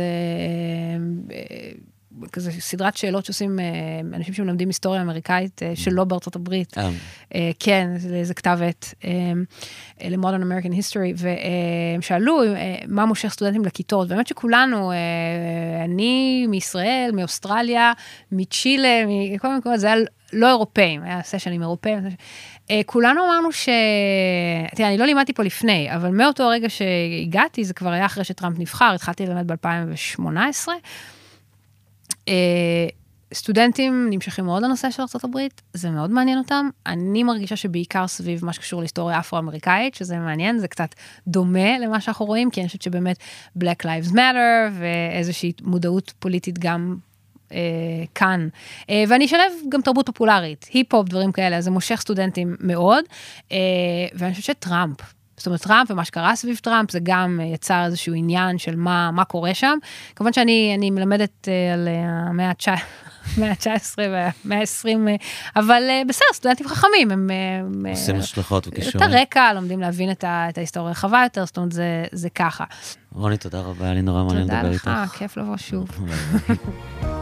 כזה סדרת שאלות שעושים אנשים שמלמדים היסטוריה אמריקאית שלא בארצות הברית. כן, זה כתב עת ל-Modern American History, והם שאלו מה מושך סטודנטים לכיתות, באמת שכולנו, אני מישראל, מאוסטרליה, מצ'ילה, מכל מקום, זה היה לא אירופאים, היה סשן עם אירופאים, כולנו אמרנו תראה, אני לא לימדתי פה לפני, אבל מאותו רגע שהגעתי, זה כבר היה אחרי שטראמפ נבחר, התחלתי ללמד ב-2018, סטודנטים נמשכים מאוד לנושא של ארצות הברית, זה מאוד מעניין אותם, אני מרגישה שבעיקר סביב מה שקשור להיסטוריה אפרו-אמריקאית, שזה מעניין, זה קצת דומה למה שאנחנו רואים, כי אני חושבת שבאמת Black Lives Matter, ואיזושהי מודעות פוליטית גם כאן, ואני אשלב גם תרבות פופולרית, היפ-הופ, דברים כאלה, אז זה מושך סטודנטים מאוד, ואני חושבת שטראמפ, זאת אומרת, טראמפ ומה שקרה סביב טראמפ, זה גם יצר איזשהו עניין של מה קורה שם. כמובן שאני מלמדת על המאה ה-19 והמאה ה-20, אבל בסדר, סטודנטים חכמים, הם עושים השלכות וקישורים. את הרקע, לומדים להבין את ההיסטוריה הרחבה יותר, זאת אומרת, זה ככה. רוני, תודה רבה, היה לי נורא מעניין לדבר איתך. תודה לך, כיף לבוא שוב.